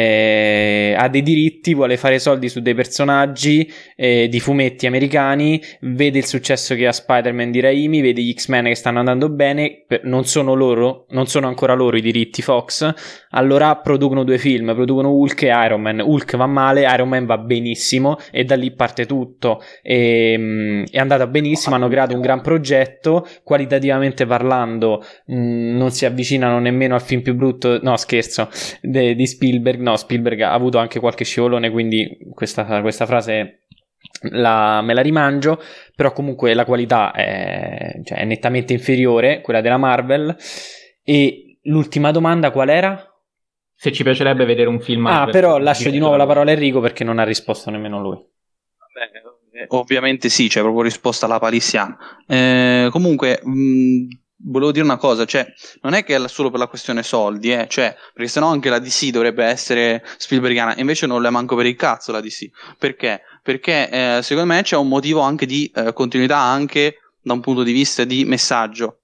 ha dei diritti, vuole fare soldi su dei personaggi di fumetti americani, vede il successo che ha Spider-Man di Raimi, vede gli X-Men che stanno andando bene, non sono ancora loro i diritti Fox, allora producono due film, producono Hulk e Iron Man. Hulk va male, Iron Man va benissimo, e da lì parte tutto. È andata benissimo, hanno creato un gran progetto, qualitativamente parlando non si avvicinano nemmeno al film più brutto, no scherzo, di Spielberg. No, Spielberg ha avuto anche qualche scivolone, quindi questa frase me la rimangio, però comunque la qualità è nettamente inferiore quella della Marvel. E l'ultima domanda qual era? Se ci piacerebbe vedere un film Marvel. Però lascio di nuovo la parola a Enrico, perché non ha risposto nemmeno lui. Vabbè, ovviamente sì, c'è proprio risposta alla palissiana. Comunque volevo dire una cosa, cioè non è che è solo per la questione soldi, cioè, perché sennò anche la DC dovrebbe essere Spielbergiana, invece non le manco per il cazzo la DC. Perché? Perché secondo me c'è un motivo anche di continuità, anche da un punto di vista di messaggio.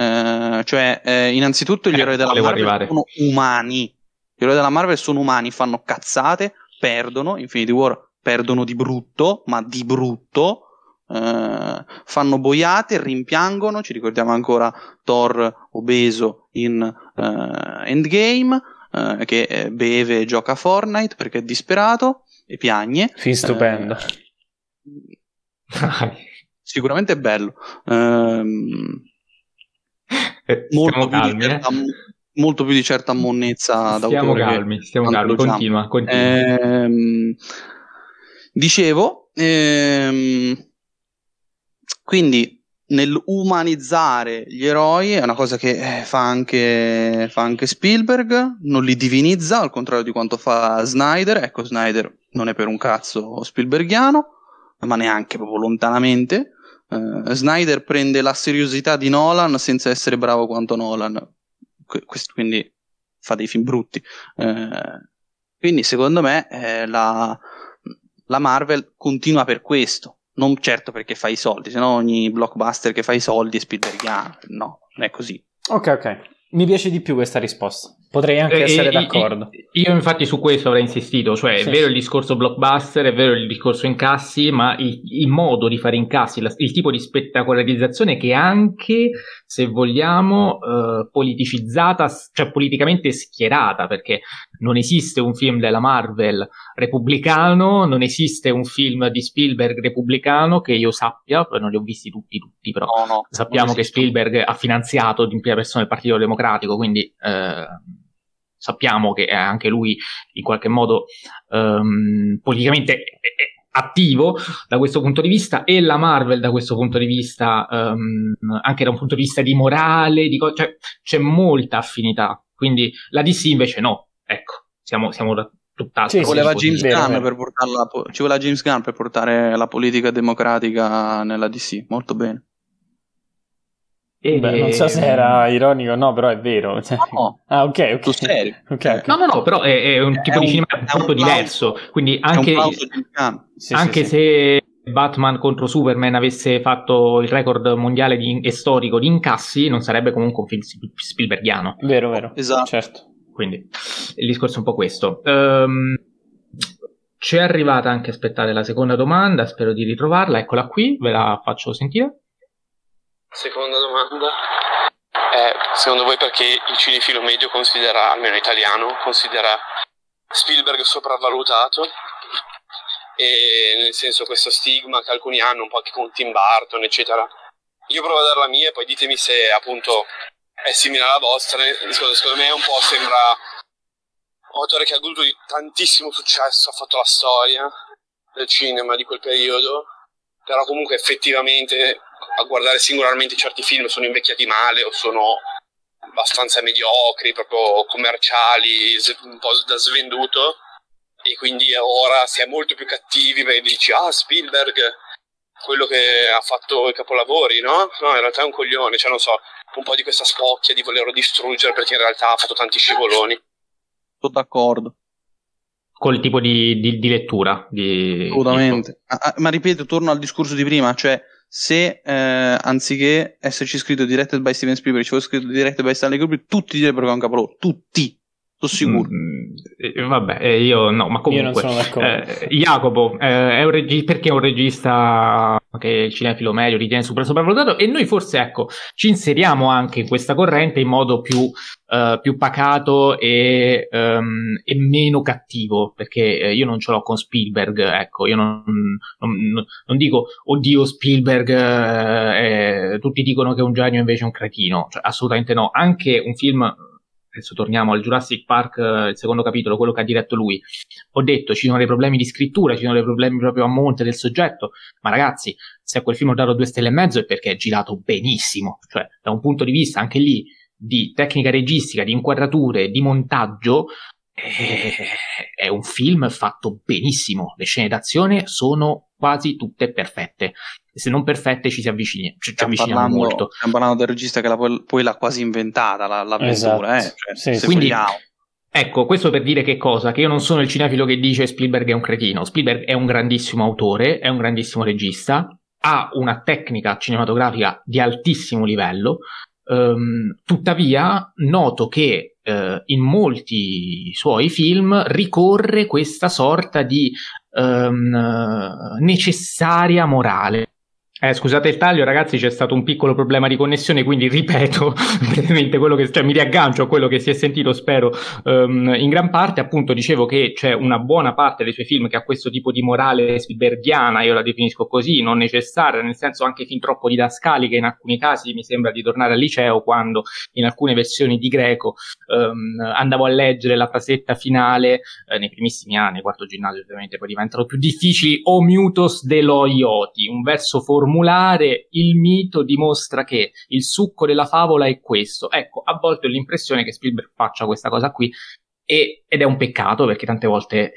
Innanzitutto gli eroi della Marvel sono umani. Gli eroi della Marvel sono umani, fanno cazzate, perdono, Infinity War perdono di brutto, ma di brutto. Fanno boiate, rimpiangono, ci ricordiamo ancora Thor obeso in Endgame, che beve e gioca a Fortnite perché è disperato e piagne. Film stupendo. Sicuramente è bello. Molto più di certa monnezza d'autore. Stiamo calmi, continua. Dicevo, quindi nell'umanizzare gli eroi è una cosa che fa anche Spielberg, non li divinizza, al contrario di quanto fa Snyder. Ecco, Snyder non è per un cazzo Spielbergiano, ma neanche proprio lontanamente. Snyder prende la seriosità di Nolan senza essere bravo quanto Nolan, quindi fa dei film brutti. Quindi secondo me la Marvel continua per questo, non certo perché fa i soldi, sennò ogni blockbuster che fa i soldi è Spielbergiano. No, non è così. Ok, mi piace di più questa risposta. Potrei anche essere d'accordo. Io infatti su questo avrei insistito, cioè sì. È vero il discorso blockbuster, è vero il discorso incassi, ma il modo di fare incassi, il tipo di spettacolarizzazione che anche, se vogliamo, politicizzata, cioè politicamente schierata, perché non esiste un film della Marvel repubblicano, non esiste un film di Spielberg repubblicano che io sappia, non li ho visti tutti, però no, sappiamo che Spielberg ha finanziato in prima persona il Partito Democratico, quindi sappiamo che è anche lui in qualche modo politicamente attivo da questo punto di vista, e la Marvel da questo punto di vista anche da un punto di vista di morale, cioè c'è molta affinità, quindi la DC invece no, ecco, siamo tutt'altro. Sì, Ci voleva sì, James vero, Gunn vero. per ci voleva James Gunn per portare la politica democratica nella DC, molto bene. Beh, non so se era ironico o no, però è vero. No, Ah, ok. sul serio. Ok. No, però è un tipo di cinema molto diverso, quindi anche, è un plauso James Gunn. anche se Batman contro Superman avesse fatto il record mondiale e storico di incassi, non sarebbe comunque un film Spielbergiano. Vero, Esatto. certo. Quindi il discorso è un po' questo. C'è arrivata anche, aspettate, la seconda domanda, spero di ritrovarla, eccola qui, ve la faccio sentire. Seconda domanda è, secondo voi perché il cinefilo medio considera, almeno italiano, considera Spielberg sopravvalutato? E nel senso questo stigma che alcuni hanno, un po' anche con Tim Burton, eccetera. Io provo a dare la mia e poi ditemi se appunto è simile alla vostra. Secondo me un po' sembra un autore che ha goduto di tantissimo successo, ha fatto la storia del cinema di quel periodo, però comunque effettivamente a guardare singolarmente certi film sono invecchiati male o sono abbastanza mediocri, proprio commerciali, un po' da svenduto, e quindi ora si è molto più cattivi perché dici Spielberg, quello che ha fatto i capolavori, no? No, in realtà è un coglione, cioè non so, un po' di questa spocchia di volerlo distruggere perché in realtà ha fatto tanti scivoloni. Sono d'accordo. Col tipo di lettura. Assolutamente. Ma ripeto, torno al discorso di prima, cioè se anziché esserci scritto Directed by Steven Spielberg ci fosse scritto Directed by Stanley Kubrick, tutti direbbero che è un capolavoro, tutti, sono sicuro. Vabbè, io no, ma comunque io non sono d'accordo. Jacopo è un perché è un regista che il cinefilo medio ritiene super sopravvalutato, e noi forse, ecco, ci inseriamo anche in questa corrente in modo più pacato e meno cattivo, perché io non ce l'ho con Spielberg, ecco, io non dico oddio Spielberg, tutti dicono che è un genio invece è un cretino, cioè, assolutamente no. Anche un film, adesso torniamo al Jurassic Park, il secondo capitolo, quello che ha diretto lui, ho detto ci sono dei problemi di scrittura, ci sono dei problemi proprio a monte del soggetto, ma ragazzi, se a quel film ho dato 2 stelle e mezzo è perché è girato benissimo, cioè da un punto di vista anche lì di tecnica registica, di inquadrature, di montaggio, è un film fatto benissimo, le scene d'azione sono quasi tutte perfette, e se non perfette ci avviciniamo molto. Stiamo parlando del regista che poi l'ha quasi inventata l'avventura, esatto. Cioè, sì, quindi ecco, questo per dire che cosa? Che io non sono il cinefilo che dice Spielberg è un cretino. Spielberg è un grandissimo autore, è un grandissimo regista, ha una tecnica cinematografica di altissimo livello. Tuttavia noto che in molti suoi film ricorre questa sorta di necessaria morale. Scusate il taglio, ragazzi, c'è stato un piccolo problema di connessione, quindi ripeto brevemente quello che, cioè mi riaggancio a quello che si è sentito, spero, in gran parte. Appunto dicevo che c'è una buona parte dei suoi film che ha questo tipo di morale spielbergiana, io la definisco così, non necessaria, nel senso anche fin troppo didascalica, in alcuni casi mi sembra di tornare al liceo, quando in alcune versioni di Greco andavo a leggere la frasetta finale, nei primissimi anni, quarto ginnasio ovviamente, poi diventano più difficili, o miutos de loioti, un verso formulare, il mito dimostra che il succo della favola è questo. Ecco, a volte ho l'impressione che Spielberg faccia questa cosa qui, ed è un peccato, perché tante volte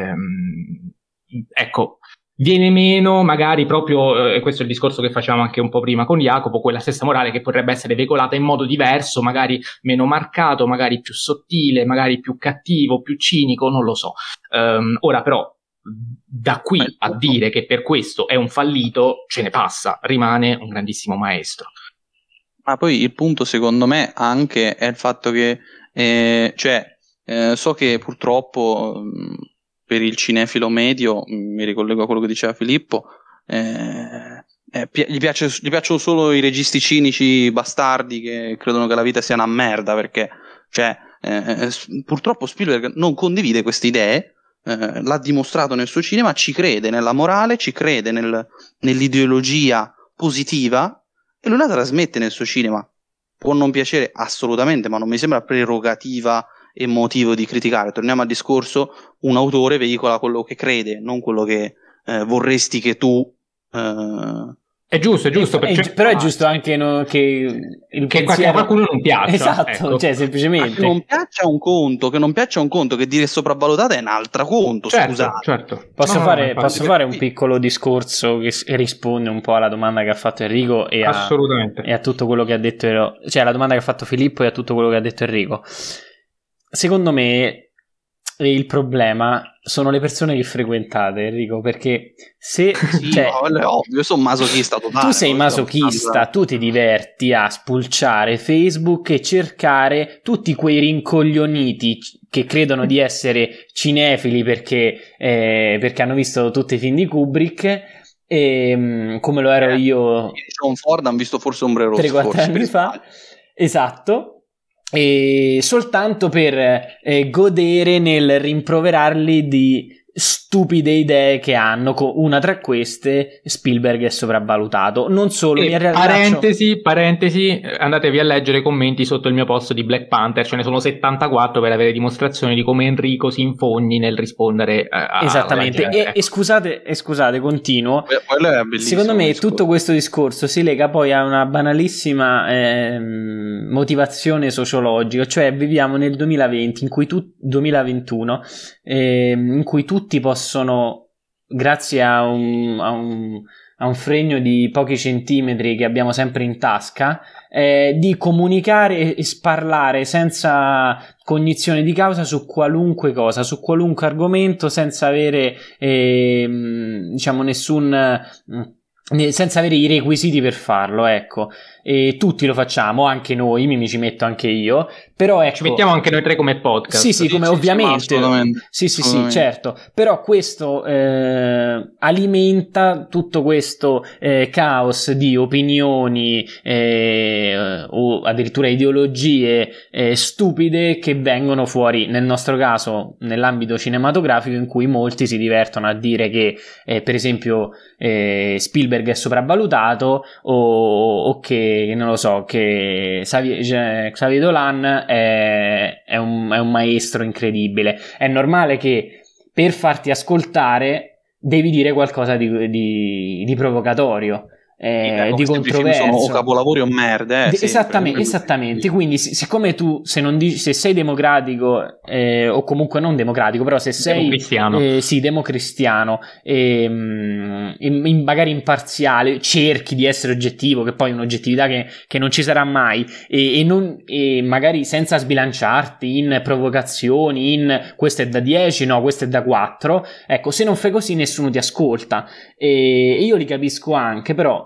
ecco, viene meno magari proprio, e questo è il discorso che facevamo anche un po' prima con Jacopo, quella stessa morale che potrebbe essere veicolata in modo diverso, magari meno marcato, magari più sottile, magari più cattivo, più cinico, non lo so. Ora però, da qui a dire che per questo è un fallito, ce ne passa, rimane un grandissimo maestro. Ma poi il punto secondo me anche è il fatto che so che purtroppo per il cinefilo medio, mi ricollego a quello che diceva Filippo, gli piacciono solo i registi cinici bastardi che credono che la vita sia una merda, perché purtroppo Spielberg non condivide queste idee. L'ha dimostrato nel suo cinema, ci crede nella morale, ci crede nell'ideologia positiva, e lui la trasmette nel suo cinema. Può non piacere assolutamente, ma non mi sembra prerogativa e motivo di criticare. Torniamo al discorso: un autore veicola quello che crede, non quello che vorresti che tu È giusto, però è giusto anche che il pensiero... a qualcuno non piaccia. Esatto, ecco. cioè semplicemente... Che non piaccia un conto, che dire sopravvalutata è un altro conto, scusate. Certo. Posso fare un piccolo discorso che risponde un po' alla domanda che ha fatto Enrico e a tutto quello che ha detto, cioè alla domanda che ha fatto Filippo e a tutto quello che ha detto Enrico. Secondo me il problema sono le persone che frequentate, Enrico, perché se è ovvio, io sono masochista totale. Tu sei masochista, tu ti diverti a spulciare Facebook e cercare tutti quei rincoglioniti che credono di essere cinefili perché hanno visto tutti i film di Kubrick, e come lo ero io John Ford hanno visto forse Ombre Rosse 3-4 anni fa, esatto, e soltanto per godere nel rimproverarli di stupide idee che hanno. Una tra queste, Spielberg è sopravvalutato. Non solo, parentesi, andatevi a leggere i commenti sotto il mio post di Black Panther, ce ne sono 74 per avere dimostrazioni di come Enrico si infogni nel rispondere a esattamente. E scusate, continuo. Secondo me tutto questo discorso si lega poi a una banalissima motivazione sociologica, cioè viviamo nel 2020 2021 in cui tutti possono, grazie a un fregno di pochi centimetri che abbiamo sempre in tasca, di comunicare e sparlare senza cognizione di causa su qualunque cosa, su qualunque argomento, senza avere senza avere i requisiti per farlo, ecco. E tutti lo facciamo, anche noi, mi ci metto anche io, però ecco, ci mettiamo anche noi tre come podcast. Sì, come ovviamente. Sì, certo. Però questo alimenta tutto questo caos di opinioni o addirittura ideologie stupide che vengono fuori, nel nostro caso, nell'ambito cinematografico, in cui molti si divertono a dire che per esempio Spielberg è sopravvalutato o che non lo so, che Xavier Dolan è un maestro incredibile. È normale che per farti ascoltare devi dire qualcosa di provocatorio, di controverso, sono capolavori o merde, esattamente. Quindi siccome tu se sei democratico o comunque non democratico, però se sei democristiano magari imparziale, cerchi di essere oggettivo, che poi è un'oggettività che non ci sarà mai, e magari senza sbilanciarti in provocazioni, in questo è da 10, no, questo è da 4, ecco, se non fai così nessuno ti ascolta, e io li capisco anche, però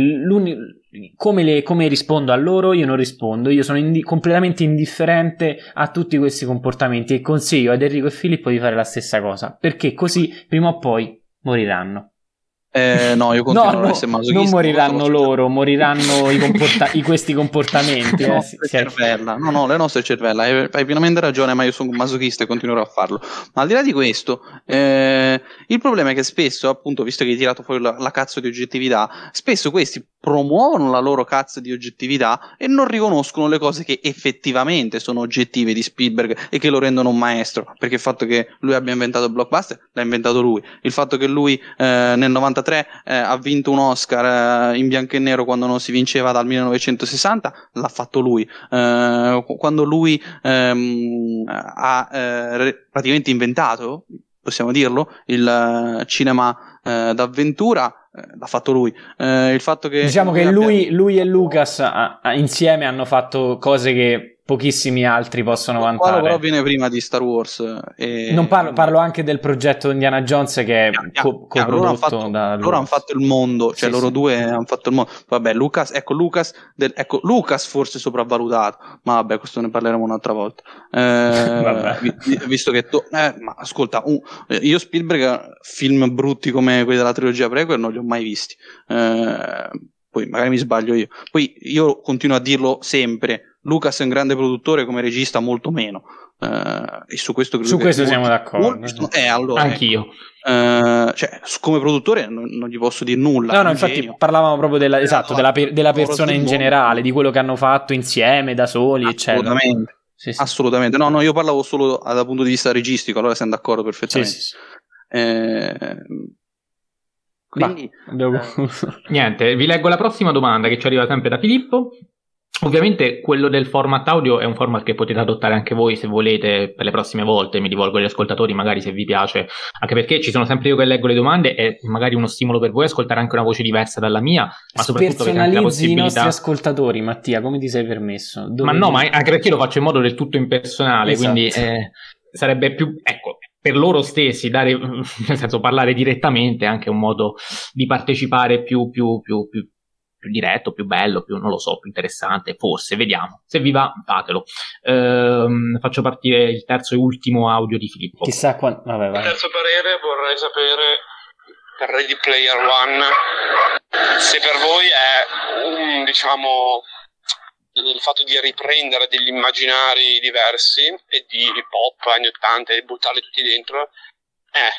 come rispondo a loro? Io non rispondo, io sono completamente indifferente a tutti questi comportamenti e consiglio ad Enrico e Filippo di fare la stessa cosa, perché così prima o poi moriranno. No, io continuo a essere masochista. Non moriranno loro, moriranno questi comportamenti. Le nostre cervella. Hai pienamente ragione, ma io sono un masochista e continuerò a farlo. Ma al di là di questo, il problema è che spesso, appunto, visto che hai tirato fuori la cazzo di oggettività, spesso questi promuovono la loro cazzo di oggettività e non riconoscono le cose che effettivamente sono oggettive di Spielberg e che lo rendono un maestro, perché il fatto che lui abbia inventato il blockbuster l'ha inventato lui, il fatto che lui nel 93 ha vinto un Oscar in bianco e nero quando non si vinceva dal 1960 l'ha fatto lui, quando lui ha praticamente inventato, possiamo dirlo, il cinema d'avventura, l'ha fatto lui. Il fatto che diciamo che lui e Lucas insieme hanno fatto cose che pochissimi altri possono vantare. Però viene prima di Star Wars. Non parlo anche del progetto Indiana Jones, che è coprodotto da Lucas. Loro hanno fatto il mondo, cioè loro due hanno fatto il mondo. Vabbè, Lucas forse sopravvalutato, ma vabbè, questo ne parleremo un'altra volta. Visto che ma ascolta, io Spielberg film brutti come quelli della trilogia prequel non li ho mai visti. Poi magari mi sbaglio io. Poi io continuo a dirlo sempre. Lucas è un grande produttore, come regista molto meno, e su questo siamo d'accordo. Allora, anch'io. Cioè, come produttore non gli posso dire nulla. No, infatti parlavamo proprio della persona in generale, di quello che hanno fatto insieme, da soli, eccetera. Assolutamente. No, io parlavo solo dal punto di vista registico, allora siamo d'accordo perfettamente. Quindi niente, vi leggo la prossima domanda che ci arriva sempre da Filippo. Ovviamente quello del format audio è un format che potete adottare anche voi se volete per le prossime volte, mi rivolgo agli ascoltatori magari se vi piace, anche perché ci sono sempre io che leggo le domande e magari uno stimolo per voi ascoltare anche una voce diversa dalla mia, ma soprattutto avete anche la possibilità... i nostri ascoltatori, Mattia, come ti sei permesso? Ma no, ma anche perché io lo faccio in modo del tutto impersonale, esatto. Quindi sarebbe più, ecco, per loro stessi dare, nel senso parlare direttamente è anche un modo di partecipare più diretto, più bello, più non lo so, più interessante, forse, vediamo. Se vi va, fatelo. Faccio partire il terzo e ultimo audio di Filippo. Chissà quando... Vabbè, vai. Terzo parere, vorrei sapere per Ready Player One se per voi è diciamo il fatto di riprendere degli immaginari diversi e di pop anni 80 e buttarli tutti dentro è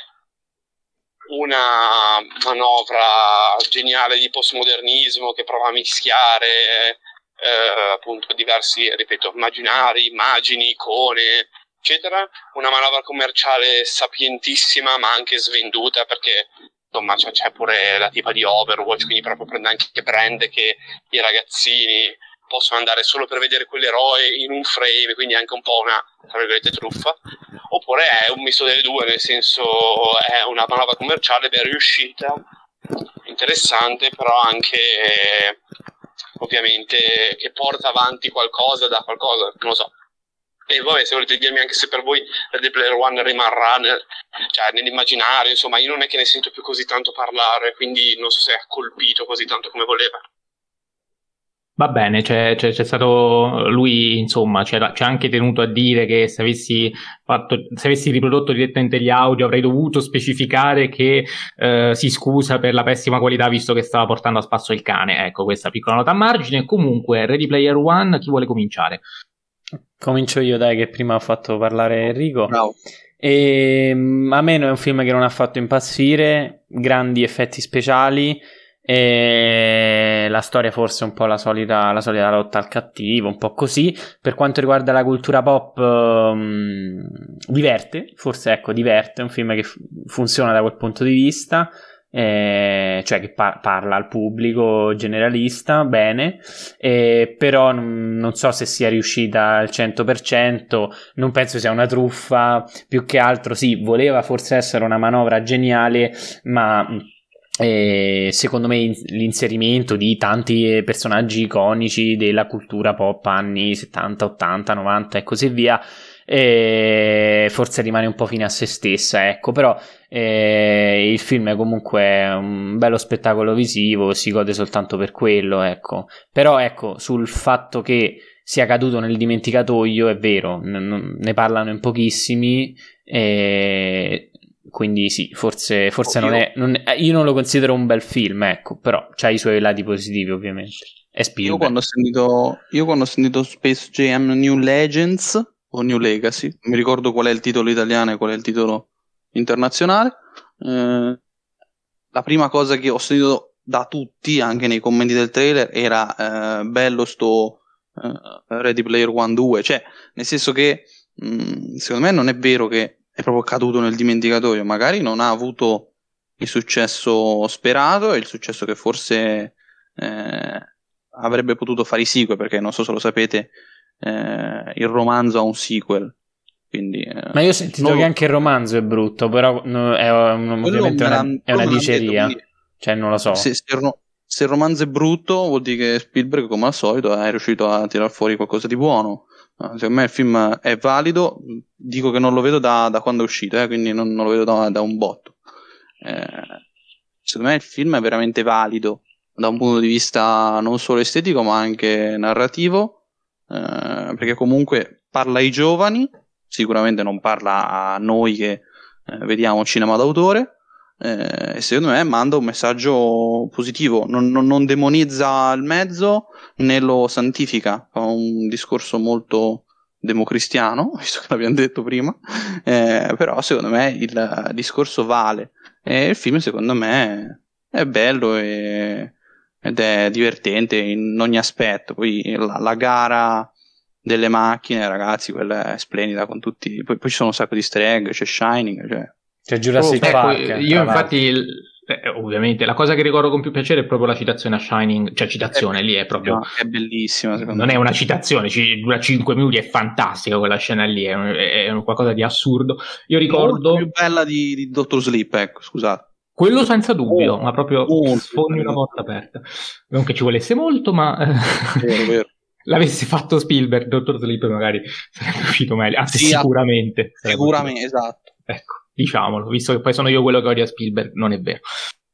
una manovra geniale di postmodernismo che prova a mischiare appunto diversi, ripeto, immaginari, immagini, icone, eccetera. Una manovra commerciale sapientissima ma anche svenduta, perché insomma c'è pure la tipa di Overwatch, quindi proprio prende anche brand che i ragazzini possono andare solo per vedere quell'eroe in un frame, quindi anche un po' una, tra virgolette, truffa. Oppure è un misto delle due, nel senso è una manovra commerciale ben riuscita, interessante, però anche ovviamente che porta avanti qualcosa da qualcosa, non lo so. E vabbè, se volete dirmi anche se per voi Ready Player One rimarrà nell'immaginario, insomma, io non è che ne sento più così tanto parlare, quindi non so se ha colpito così tanto come voleva. Va bene, c'è stato lui, insomma, c'è anche tenuto a dire che se avessi riprodotto direttamente gli audio avrei dovuto specificare che si scusa per la pessima qualità visto che stava portando a spasso il cane. Ecco, questa piccola nota a margine. Comunque, Ready Player One, chi vuole cominciare? Comincio io, dai, che prima ho fatto parlare Enrico. Bravo. A me è un film che non ha fatto impazzire, grandi effetti speciali. E la storia forse è un po' la solita lotta al cattivo, un po' così. Per quanto riguarda la cultura pop, diverte, è un film che funziona da quel punto di vista, cioè che parla al pubblico generalista, bene, però non so se sia riuscita al 100%, non penso sia una truffa, più che altro sì, voleva forse essere una manovra geniale, ma... secondo me l'inserimento di tanti personaggi iconici della cultura pop anni 70, 80, 90 e così via forse rimane un po' fine a se stessa, ecco. Però il film è comunque un bello spettacolo visivo, si gode soltanto per quello, ecco. Però ecco, sul fatto che sia caduto nel dimenticatoio è vero, ne parlano in pochissimi, quindi sì, forse io non lo considero un bel film, ecco, però c'ha i suoi lati positivi, ovviamente. È Spielberg. Io quando ho sentito Space Jam New Legends o New Legacy, non mi ricordo qual è il titolo italiano e qual è il titolo internazionale, la prima cosa che ho sentito da tutti, anche nei commenti del trailer, era bello sto Ready Player One 2, cioè nel senso che secondo me non è vero che è proprio caduto nel dimenticatoio, magari non ha avuto il successo sperato e il successo che forse avrebbe potuto fare i sequel, perché non so se lo sapete, il romanzo ha un sequel, quindi, ma io ho sentito che anche il romanzo è brutto, però ovviamente è una diceria, cioè non lo so. Se il romanzo è brutto vuol dire che Spielberg, come al solito, è riuscito a tirar fuori qualcosa di buono. Secondo me il film è valido, dico che non lo vedo da quando è uscito, quindi non lo vedo da un botto. Secondo me il film è veramente valido da un punto di vista non solo estetico ma anche narrativo, perché comunque parla ai giovani, sicuramente non parla a noi che vediamo cinema d'autore, e secondo me manda un messaggio positivo, non demonizza il mezzo né lo santifica, fa un discorso molto democristiano, visto che l'abbiamo detto prima, però secondo me il discorso vale e il film secondo me è bello ed è divertente in ogni aspetto. Poi la gara delle macchine, ragazzi, quella è splendida con tutti, poi ci sono un sacco di easter egg, c'è Shining, c'è Jurassic Park. Io infatti Ovviamente la cosa che ricordo con più piacere è proprio la citazione a Shining, cioè citazione lì è proprio, è bellissima, secondo non me. è una citazione, dura 5 minuti, è fantastica quella scena lì, è qualcosa di assurdo. Io ricordo molto più bella di Dottor Sleep, ecco, scusate. quello senza dubbio, ma proprio molto sfondi una porta aperta, non che ci volesse molto, ma vero. l'avesse fatto Spielberg, Dottor Sleep magari sarebbe uscito meglio, anzi sicuramente, esatto. Ecco, diciamolo, visto che poi sono io quello che odia Spielberg, non è vero.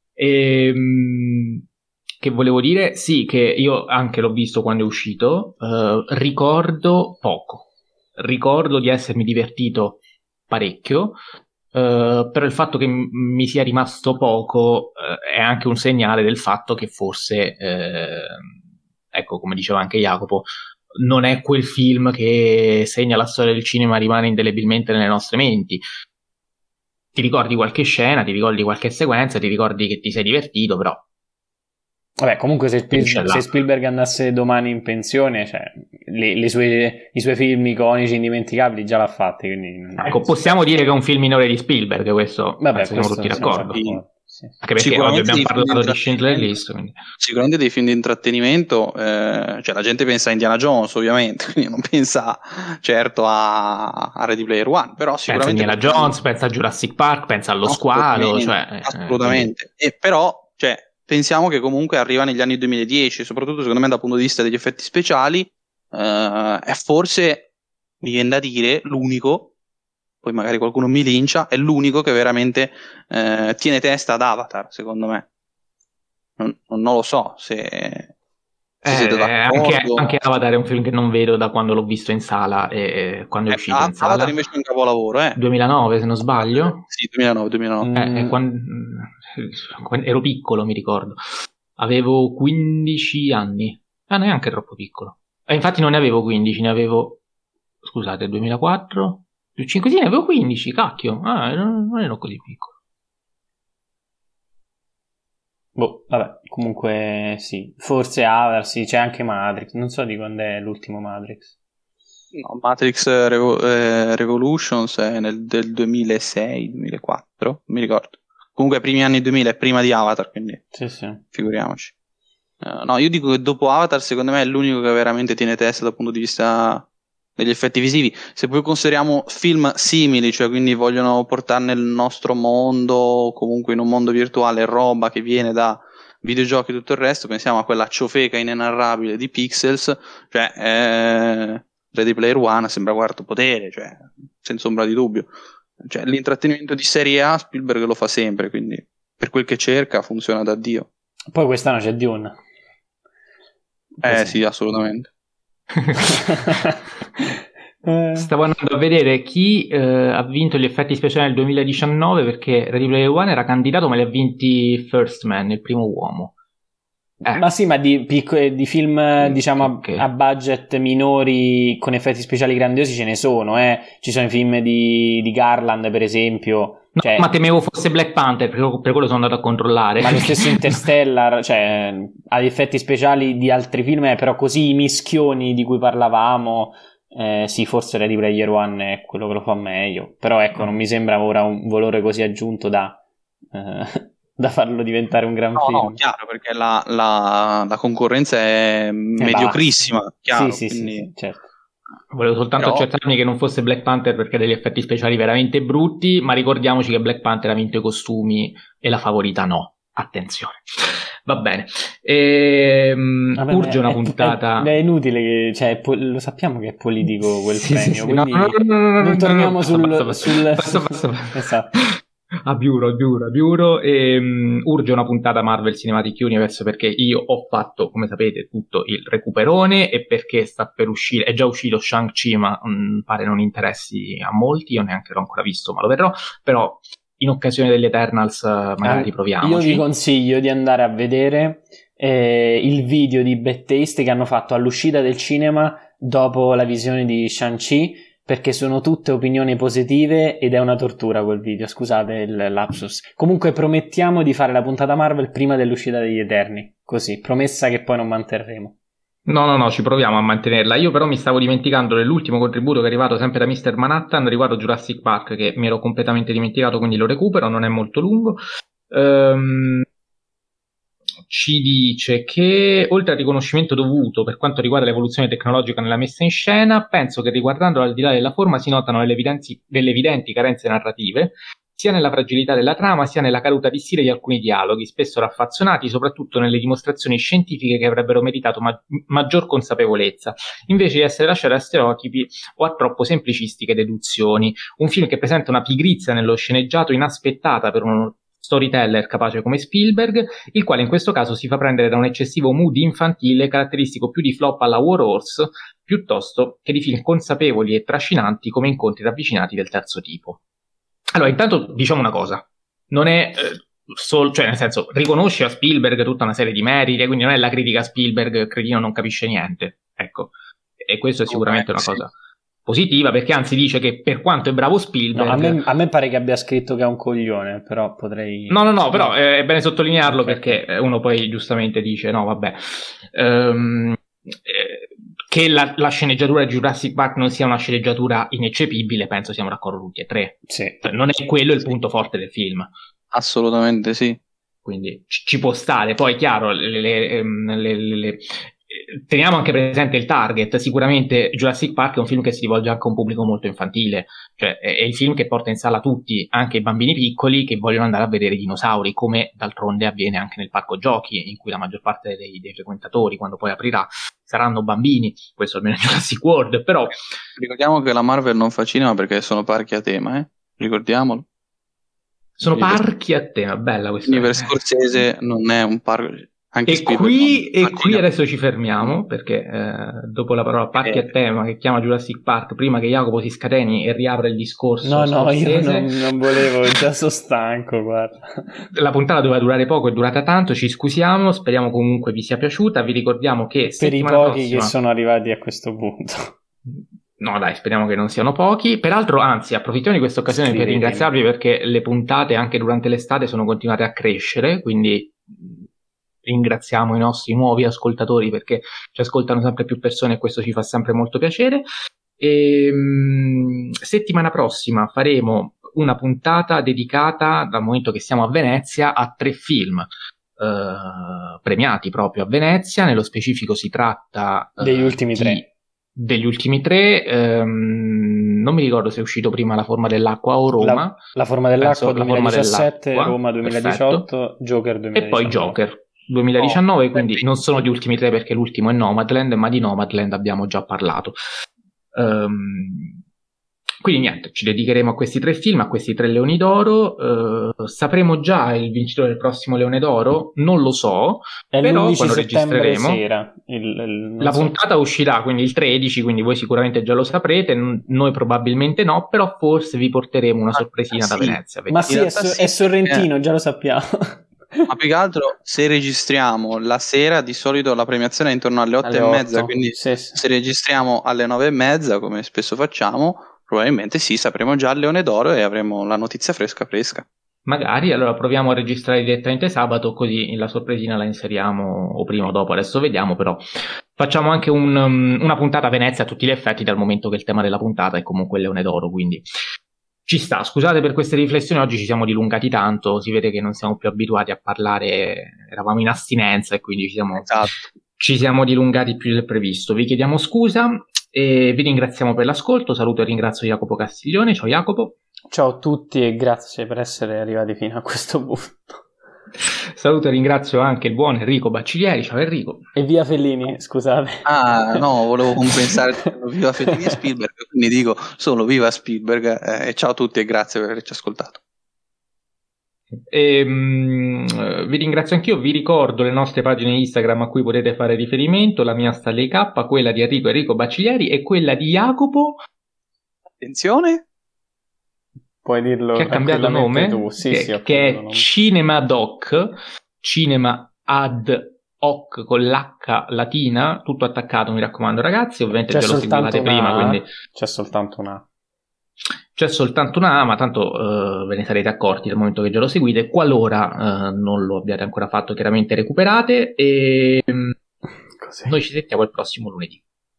Che volevo dire? Sì, che io anche l'ho visto quando è uscito, ricordo poco, ricordo di essermi divertito parecchio, però il fatto che mi sia rimasto poco è anche un segnale del fatto che forse, ecco, come diceva anche Jacopo, non è quel film che segna la storia del cinema, rimane indelebilmente nelle nostre menti. Ti ricordi qualche scena, ti ricordi qualche sequenza, ti ricordi che ti sei divertito, però vabbè, comunque se Spielberg andasse domani in pensione, cioè i suoi film iconici indimenticabili già l'ha fatti, quindi ecco, possiamo dire che è un film minore di Spielberg, questo vabbè, siamo tutti d'accordo. Sì. Anche perché oggi abbiamo parlato di Schindler's List, quindi. Sicuramente dei film di intrattenimento, cioè la gente pensa a Indiana Jones ovviamente, quindi non pensa certo a Ready Player One, però sicuramente pensa a Indiana Jones, pensa a Jurassic Park, pensa allo squalo, assolutamente. E però, cioè, pensiamo che comunque arriva negli anni 2010, soprattutto secondo me dal punto di vista degli effetti speciali, è forse, mi viene da dire, l'unico, poi magari qualcuno mi lincia, è l'unico che veramente tiene testa ad Avatar, secondo me. Non lo so se siete d'accordo. Anche Avatar è un film che non vedo da quando l'ho visto in sala e quando è uscito in sala. Avatar invece è un capolavoro, 2009 se non sbaglio. Sì, 2009. Quando ero piccolo, mi ricordo. Avevo 15 anni. Neanche troppo piccolo. Infatti non ne avevo 15, ne avevo, scusate, 2004 più 5, sì, ne avevo 15, cacchio. Non ero così piccolo. Vabbè, comunque sì, forse Avatar, sì, c'è anche Matrix, non so di quando è l'ultimo Matrix. No, Matrix Revolutions è del 2006-2004, mi ricordo. Comunque primi anni 2000 è prima di Avatar, quindi sì. Figuriamoci. No, io dico che dopo Avatar secondo me è l'unico che veramente tiene testa dal punto di vista degli effetti visivi. Se poi consideriamo film simili, cioè quindi vogliono portare nel nostro mondo, comunque in un mondo virtuale, roba che viene da videogiochi e tutto il resto, pensiamo a quella ciofeca inenarrabile di Pixels, cioè Ready Player One sembra quarto potere, cioè senza ombra di dubbio. Cioè l'intrattenimento di serie A Spielberg lo fa sempre, quindi per quel che cerca funziona da Dio. Poi quest'anno c'è Dune. Sì, assolutamente. Stavo andando a vedere chi ha vinto gli effetti speciali nel 2019, perché Ready Player One era candidato ma li ha vinti First Man, il primo uomo. Ma sì, ma di film diciamo a budget minori con effetti speciali grandiosi ce ne sono, ci sono i film di Garland per esempio. No, cioè, ma temevo fosse Black Panther, per quello sono andato a controllare. Ma lo stesso Interstellar, cioè ha gli effetti speciali di altri film, però così i mischioni di cui parlavamo, sì, forse Ready Player One è quello che lo fa meglio, però ecco, non mi sembra ora un valore così aggiunto da farlo diventare un gran film. No, chiaro, perché la concorrenza è mediocrissima, chiaro. Sì, quindi... sì, certo. Volevo soltanto accertarmi che non fosse Black Panther perché ha degli effetti speciali veramente brutti, ma ricordiamoci che Black Panther ha vinto i costumi e la favorita no. Attenzione. Va bene. Urge una puntata. È inutile, cioè, lo sappiamo che è politico quel premio, quindi non torniamo sul... Esatto. A Biuro. Urge una puntata Marvel Cinematic Universe, perché io ho fatto, come sapete, tutto il recuperone e perché sta per uscire, è già uscito Shang-Chi, ma pare non interessi a molti, io neanche l'ho ancora visto, ma lo vedrò, però in occasione degli Eternals magari proviamoci. Io vi consiglio di andare a vedere il video di Bad Taste che hanno fatto all'uscita del cinema dopo la visione di Shang-Chi, perché sono tutte opinioni positive ed è una tortura quel video, scusate il lapsus. Comunque promettiamo di fare la puntata Marvel prima dell'uscita degli Eterni, così, promessa che poi non manterremo. No, ci proviamo a mantenerla. Io però mi stavo dimenticando dell'ultimo contributo che è arrivato sempre da Mr. Manhattan riguardo Jurassic Park, che mi ero completamente dimenticato, quindi lo recupero, non è molto lungo. Ci dice che oltre al riconoscimento dovuto per quanto riguarda l'evoluzione tecnologica nella messa in scena, penso che riguardandolo al di là della forma si notano delle evidenti carenze narrative, sia nella fragilità della trama, sia nella caduta di stile di alcuni dialoghi, spesso raffazzonati, soprattutto nelle dimostrazioni scientifiche che avrebbero meritato maggior consapevolezza, invece di essere lasciati a stereotipi o a troppo semplicistiche deduzioni. Un film che presenta una pigrizia nello sceneggiato inaspettata per uno storyteller capace come Spielberg, il quale in questo caso si fa prendere da un eccessivo mood infantile caratteristico più di flop alla War Horse, piuttosto che di film consapevoli e trascinanti come Incontri ravvicinati del terzo tipo. Allora, intanto diciamo una cosa, non è cioè nel senso, riconosce a Spielberg tutta una serie di meriti, quindi non è la critica a Spielberg, cretino non capisce niente, ecco, e questo è sicuramente una cosa positiva, perché anzi dice che per quanto è bravo Spielberg... a me pare che abbia scritto che è un coglione, però potrei... No, però è bene sottolinearlo, okay, perché uno poi giustamente dice, no vabbè... che la sceneggiatura di Jurassic Park non sia una sceneggiatura ineccepibile, penso siamo d'accordo tutti e tre. Sì. Non è quello il punto forte del film. Assolutamente sì. Quindi ci può stare. Poi chiaro, teniamo anche presente il target. Sicuramente Jurassic Park è un film che si rivolge anche a un pubblico molto infantile, cioè è il film che porta in sala tutti, anche i bambini piccoli che vogliono andare a vedere i dinosauri, come d'altronde avviene anche nel parco giochi, in cui la maggior parte dei frequentatori, quando poi aprirà, saranno bambini. Questo almeno è Jurassic World. Però ricordiamo che la Marvel non fa cinema perché sono parchi a tema, ricordiamolo. Sono parchi a tema, bella questa. Quindi per Scorsese non è un parco. Anche e qui adesso ci fermiamo, perché dopo la parola parchi a tema che chiama Jurassic Park, prima che Jacopo si scateni e riapra il discorso. No, io non volevo, già sono stanco, guarda. La puntata doveva durare poco, è durata tanto, ci scusiamo, speriamo comunque vi sia piaciuta, vi ricordiamo che per i pochi prossima... che sono arrivati a questo punto. No dai, speriamo che non siano pochi. Peraltro, anzi, approfittiamo di questa occasione per ringraziarvi, perché le puntate anche durante l'estate sono continuate a crescere, quindi ringraziamo i nostri nuovi ascoltatori perché ci ascoltano sempre più persone e questo ci fa sempre molto piacere. Settimana prossima faremo una puntata dedicata, dal momento che siamo a Venezia, a 3 film premiati proprio a Venezia. Nello specifico si tratta degli ultimi 3. Non mi ricordo se è uscito prima La forma dell'acqua o Roma. La forma dell'acqua 2017, Roma 2018, perfetto. Joker 2019. E poi Joker 2019, quindi non sono gli ultimi 3 perché l'ultimo è Nomadland, ma di Nomadland abbiamo già parlato. Quindi niente, ci dedicheremo a questi 3 film, a questi 3 Leoni d'Oro. Sapremo già il vincitore del prossimo Leone d'Oro? Non lo so, però quando registreremo sera, la puntata uscirà quindi il 13, quindi voi sicuramente già lo saprete, noi probabilmente no, però forse vi porteremo una sorpresina da Venezia. Ma sì, è Sorrentino, già lo sappiamo. Ma più che altro, se registriamo la sera, di solito la premiazione è intorno alle 8:30, quindi se registriamo alle 9:30, come spesso facciamo, probabilmente sì, sapremo già il Leone d'Oro e avremo la notizia fresca. Magari, allora proviamo a registrare direttamente sabato, così la sorpresina la inseriamo o prima o dopo, adesso vediamo, però facciamo anche una puntata a Venezia a tutti gli effetti, dal momento che il tema della puntata è comunque il Leone d'Oro, quindi ci sta. Scusate per queste riflessioni, oggi ci siamo dilungati tanto, si vede che non siamo più abituati a parlare, eravamo in astinenza e quindi ci siamo dilungati più del previsto. Vi chiediamo scusa e vi ringraziamo per l'ascolto. Saluto e ringrazio Jacopo Castiglione. Ciao Jacopo. Ciao a tutti e grazie per essere arrivati fino a questo punto. Saluto e ringrazio anche il buon Enrico Bacciglieri. Ciao Enrico. E via Fellini, scusate. No, volevo compensare viva Fellini e Spielberg, quindi dico solo viva Spielberg e ciao a tutti e grazie per averci ascoltato. Vi ringrazio anch'io, vi ricordo le nostre pagine Instagram a cui potete fare riferimento, la mia Stanley K, quella di Enrico Bacciglieri e quella di Jacopo. Attenzione! Puoi dirlo, che ha cambiato nome, tu. Sì, che è Cinemadoc, Cinema ad hoc con l'H latina, tutto attaccato, mi raccomando ragazzi, ovviamente già lo seguivate prima, quindi c'è soltanto una A, ma tanto ve ne sarete accorti dal momento che già lo seguite, qualora non lo abbiate ancora fatto chiaramente recuperate e noi ci sentiamo il prossimo lunedì.